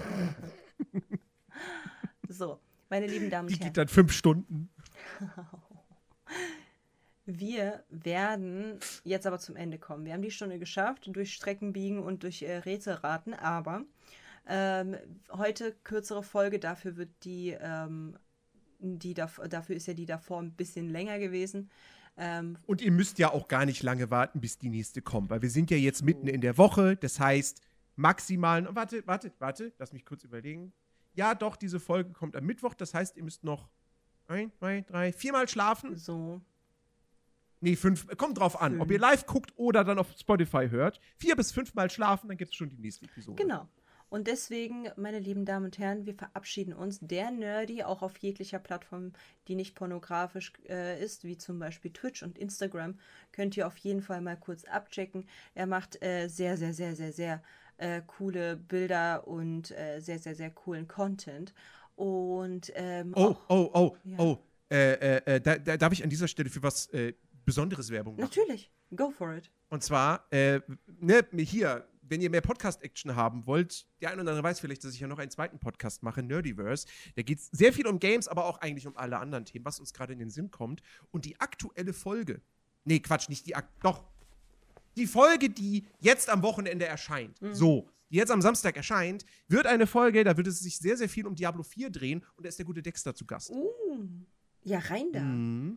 So, meine lieben Damen Die und geht Herren, dann fünf Stunden. wir werden jetzt aber zum Ende kommen. Wir haben die Stunde geschafft, durch Strecken biegen und durch äh, Rätsel raten, aber ähm, heute kürzere Folge, dafür wird die, ähm, die dav- dafür ist ja die davor ein bisschen länger gewesen. Ähm, Und ihr müsst ja auch gar nicht lange warten, bis die nächste kommt, weil wir sind ja jetzt mitten in der Woche. Das heißt, maximal. Warte, warte, warte, lass mich kurz überlegen. Ja, doch, diese Folge kommt am Mittwoch. Das heißt, ihr müsst noch ein, zwei, drei, viermal schlafen. so, Nee, fünf. Kommt drauf an, Fünf. ob ihr live guckt oder dann auf Spotify hört. Vier bis fünfmal schlafen, dann gibt es schon die nächste Episode. genau. Und deswegen, meine lieben Damen und Herren, wir verabschieden uns. Der Nerdy, auch auf jeglicher Plattform, die nicht pornografisch äh, ist, wie zum Beispiel Twitch und Instagram, könnt ihr auf jeden Fall mal kurz abchecken. Er macht äh, sehr, sehr, sehr, sehr, sehr äh, coole Bilder und äh, sehr, sehr, sehr coolen Content. Und ähm, Oh, auch, oh, oh, Ja. oh. Äh, äh, äh, da, da darf ich an dieser Stelle für was äh, Besonderes Werbung machen. natürlich, go for it. Und zwar, äh, ne, hier, wenn ihr mehr Podcast-Action haben wollt, der eine oder andere weiß vielleicht, dass ich ja noch einen zweiten Podcast mache, Nerdiverse. Da geht es sehr viel um Games, aber auch eigentlich um alle anderen Themen, was uns gerade in den Sinn kommt. Und die aktuelle Folge, nee, Quatsch, nicht die, Ak doch, die Folge, die jetzt am Wochenende erscheint, so, die jetzt am Samstag erscheint, wird eine Folge, da wird es sich sehr, sehr viel um Diablo vier drehen und da ist der gute Dexter zu Gast. Uh, ja, rein da. Mhm.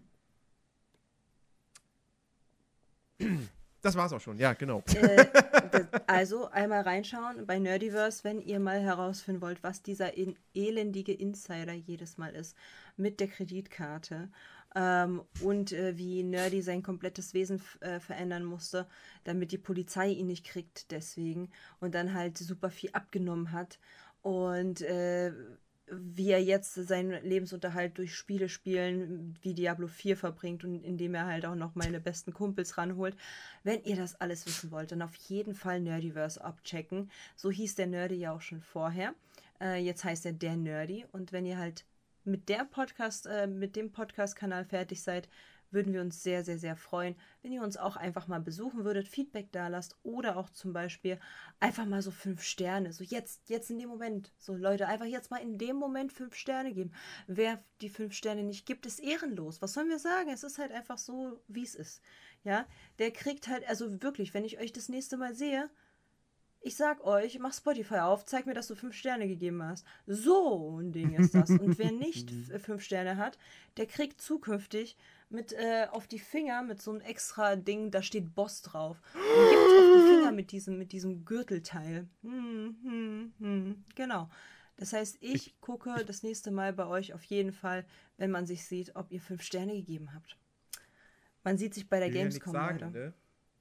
Das war's auch schon, ja, genau. Äh, das, also einmal reinschauen bei Nerdiverse, wenn ihr mal herausfinden wollt, was dieser in, elendige Insider jedes Mal ist mit der Kreditkarte ähm, und äh, wie Nerdy sein komplettes Wesen f- äh, verändern musste, damit die Polizei ihn nicht kriegt deswegen und dann halt super viel abgenommen hat und äh, wie er jetzt seinen Lebensunterhalt durch Spiele spielen wie Diablo vier verbringt und indem er halt auch noch meine besten Kumpels ranholt. Wenn ihr das alles wissen wollt, dann auf jeden Fall Nerdiverse abchecken. So hieß der Nerdy ja auch schon vorher. Äh, jetzt heißt er der Nerdy. Und wenn ihr halt mit der Podcast, äh, mit dem Podcast-Kanal fertig seid, würden wir uns sehr, sehr, sehr freuen, wenn ihr uns auch einfach mal besuchen würdet, Feedback da lasst oder auch zum Beispiel einfach mal so fünf Sterne, so jetzt, jetzt in dem Moment, so Leute, einfach jetzt mal in dem Moment fünf Sterne geben. Wer die fünf Sterne nicht gibt, ist ehrenlos. Was sollen wir sagen? Es ist halt einfach so, wie es ist. Ja, der kriegt halt, also wirklich, wenn ich euch das nächste Mal sehe, ich sag euch, mach Spotify auf, zeig mir, dass du fünf Sterne gegeben hast. So ein Ding ist das. Und wer nicht f- fünf Sterne hat, der kriegt zukünftig mit äh, auf die Finger mit so einem extra Ding, da steht Boss drauf. Und gibt auf die Finger mit diesem, mit diesem Gürtelteil. Hm, hm, hm, genau. Das heißt, ich, Ich- gucke das nächste Mal bei euch auf jeden Fall, wenn man sich sieht, ob ihr fünf Sterne gegeben habt. Man sieht sich bei der Will ja nix Gamescom, sagen, Leute. ne?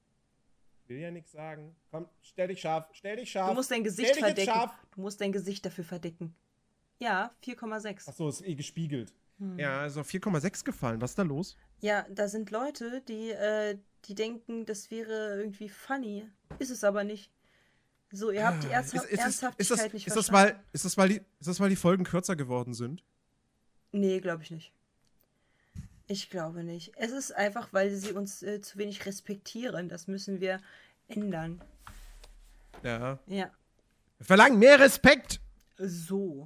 Will ja nichts sagen. Komm, stell dich scharf, stell dich scharf. Du musst dein Gesicht Stell dich jetzt verdecken. scharf. Du musst dein Gesicht dafür verdecken. Ja, vier Komma sechs. Achso, ist eh gespiegelt. Hm. Ja, also vier Komma sechs gefallen. Was ist da los? Ja, da sind Leute, die, äh, die denken, das wäre irgendwie funny. Ist es aber nicht. So, ihr habt die Ernstha Ist, ist, es- Ernsthaftigkeit ist, das, nicht ist, das verstanden. weil, ist, das, weil die, ist das, weil die Folgen kürzer geworden sind? Nee, glaube ich nicht. Ich glaube nicht. Es ist einfach, weil sie uns äh, zu wenig respektieren. Das müssen wir ändern. Ja. Ja. Wir verlangen mehr Respekt. So.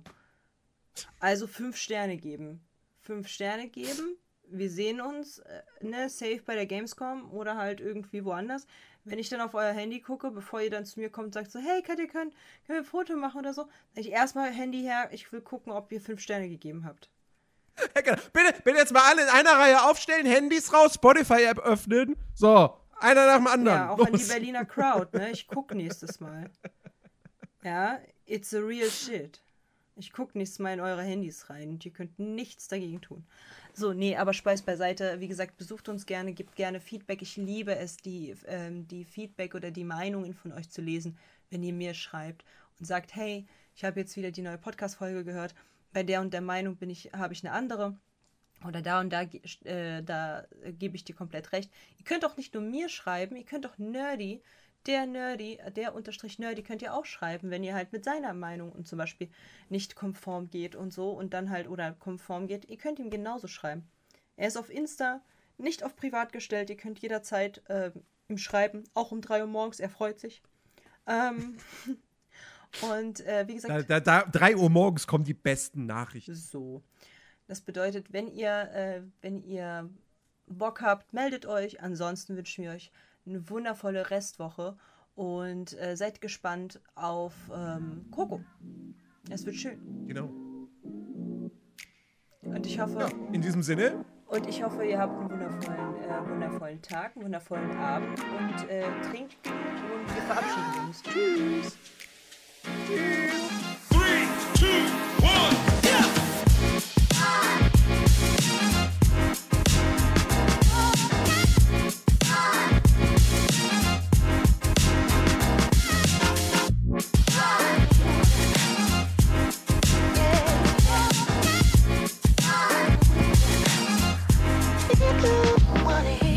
Also fünf Sterne geben. Fünf Sterne geben. Wir sehen uns, äh, ne, safe bei der Gamescom oder halt irgendwie woanders. Wenn ich dann auf euer Handy gucke, bevor ihr dann zu mir kommt und sagt so, hey Katja, können, können wir ein Foto machen oder so, sag ich erstmal Handy her, ich will gucken, ob ihr fünf Sterne gegeben habt. Ja, genau. Bitte, bitte jetzt mal alle in einer Reihe aufstellen, Handys raus, Spotify-App öffnen. So, einer nach dem anderen. Ja, auch an die Los. Berliner Crowd, ne? Ich guck nächstes Mal. Ja, it's a real shit. Ich gucke nächstes Mal in eure Handys rein und ihr könnt nichts dagegen tun. So, nee, aber Spaß beiseite. Wie gesagt, besucht uns gerne, gebt gerne Feedback. Ich liebe es, die, ähm, die Feedback oder die Meinungen von euch zu lesen, wenn ihr mir schreibt und sagt, hey, ich habe jetzt wieder die neue Podcast-Folge gehört. Bei der und der Meinung bin ich, habe ich eine andere. Oder da und da, äh, da äh, gebe ich dir komplett recht. Ihr könnt auch nicht nur mir schreiben, ihr könnt auch Nerdy, der Nerdy, der Unterstrich Nerdy könnt ihr auch schreiben, wenn ihr halt mit seiner Meinung und zum Beispiel nicht konform geht und so und dann halt oder konform geht. Ihr könnt ihm genauso schreiben. Er ist auf Insta, nicht auf privat gestellt. Ihr könnt jederzeit äh, ihm schreiben, auch um drei Uhr morgens. Er freut sich. Ähm, und äh, wie gesagt... Da, da, da, drei Uhr morgens kommen die besten Nachrichten. So. Das bedeutet, wenn ihr, äh, wenn ihr Bock habt, meldet euch. Ansonsten wünschen wir euch eine wundervolle Restwoche und äh, seid gespannt auf ähm, Coco. Es wird schön. Genau. Und ich hoffe... Ja, in diesem Sinne... Und ich hoffe, ihr habt einen wundervollen, äh, wundervollen Tag, einen wundervollen Abend und äh, trinkt gut und wir verabschieden uns. Tschüss. Three, two, one. Wanna hear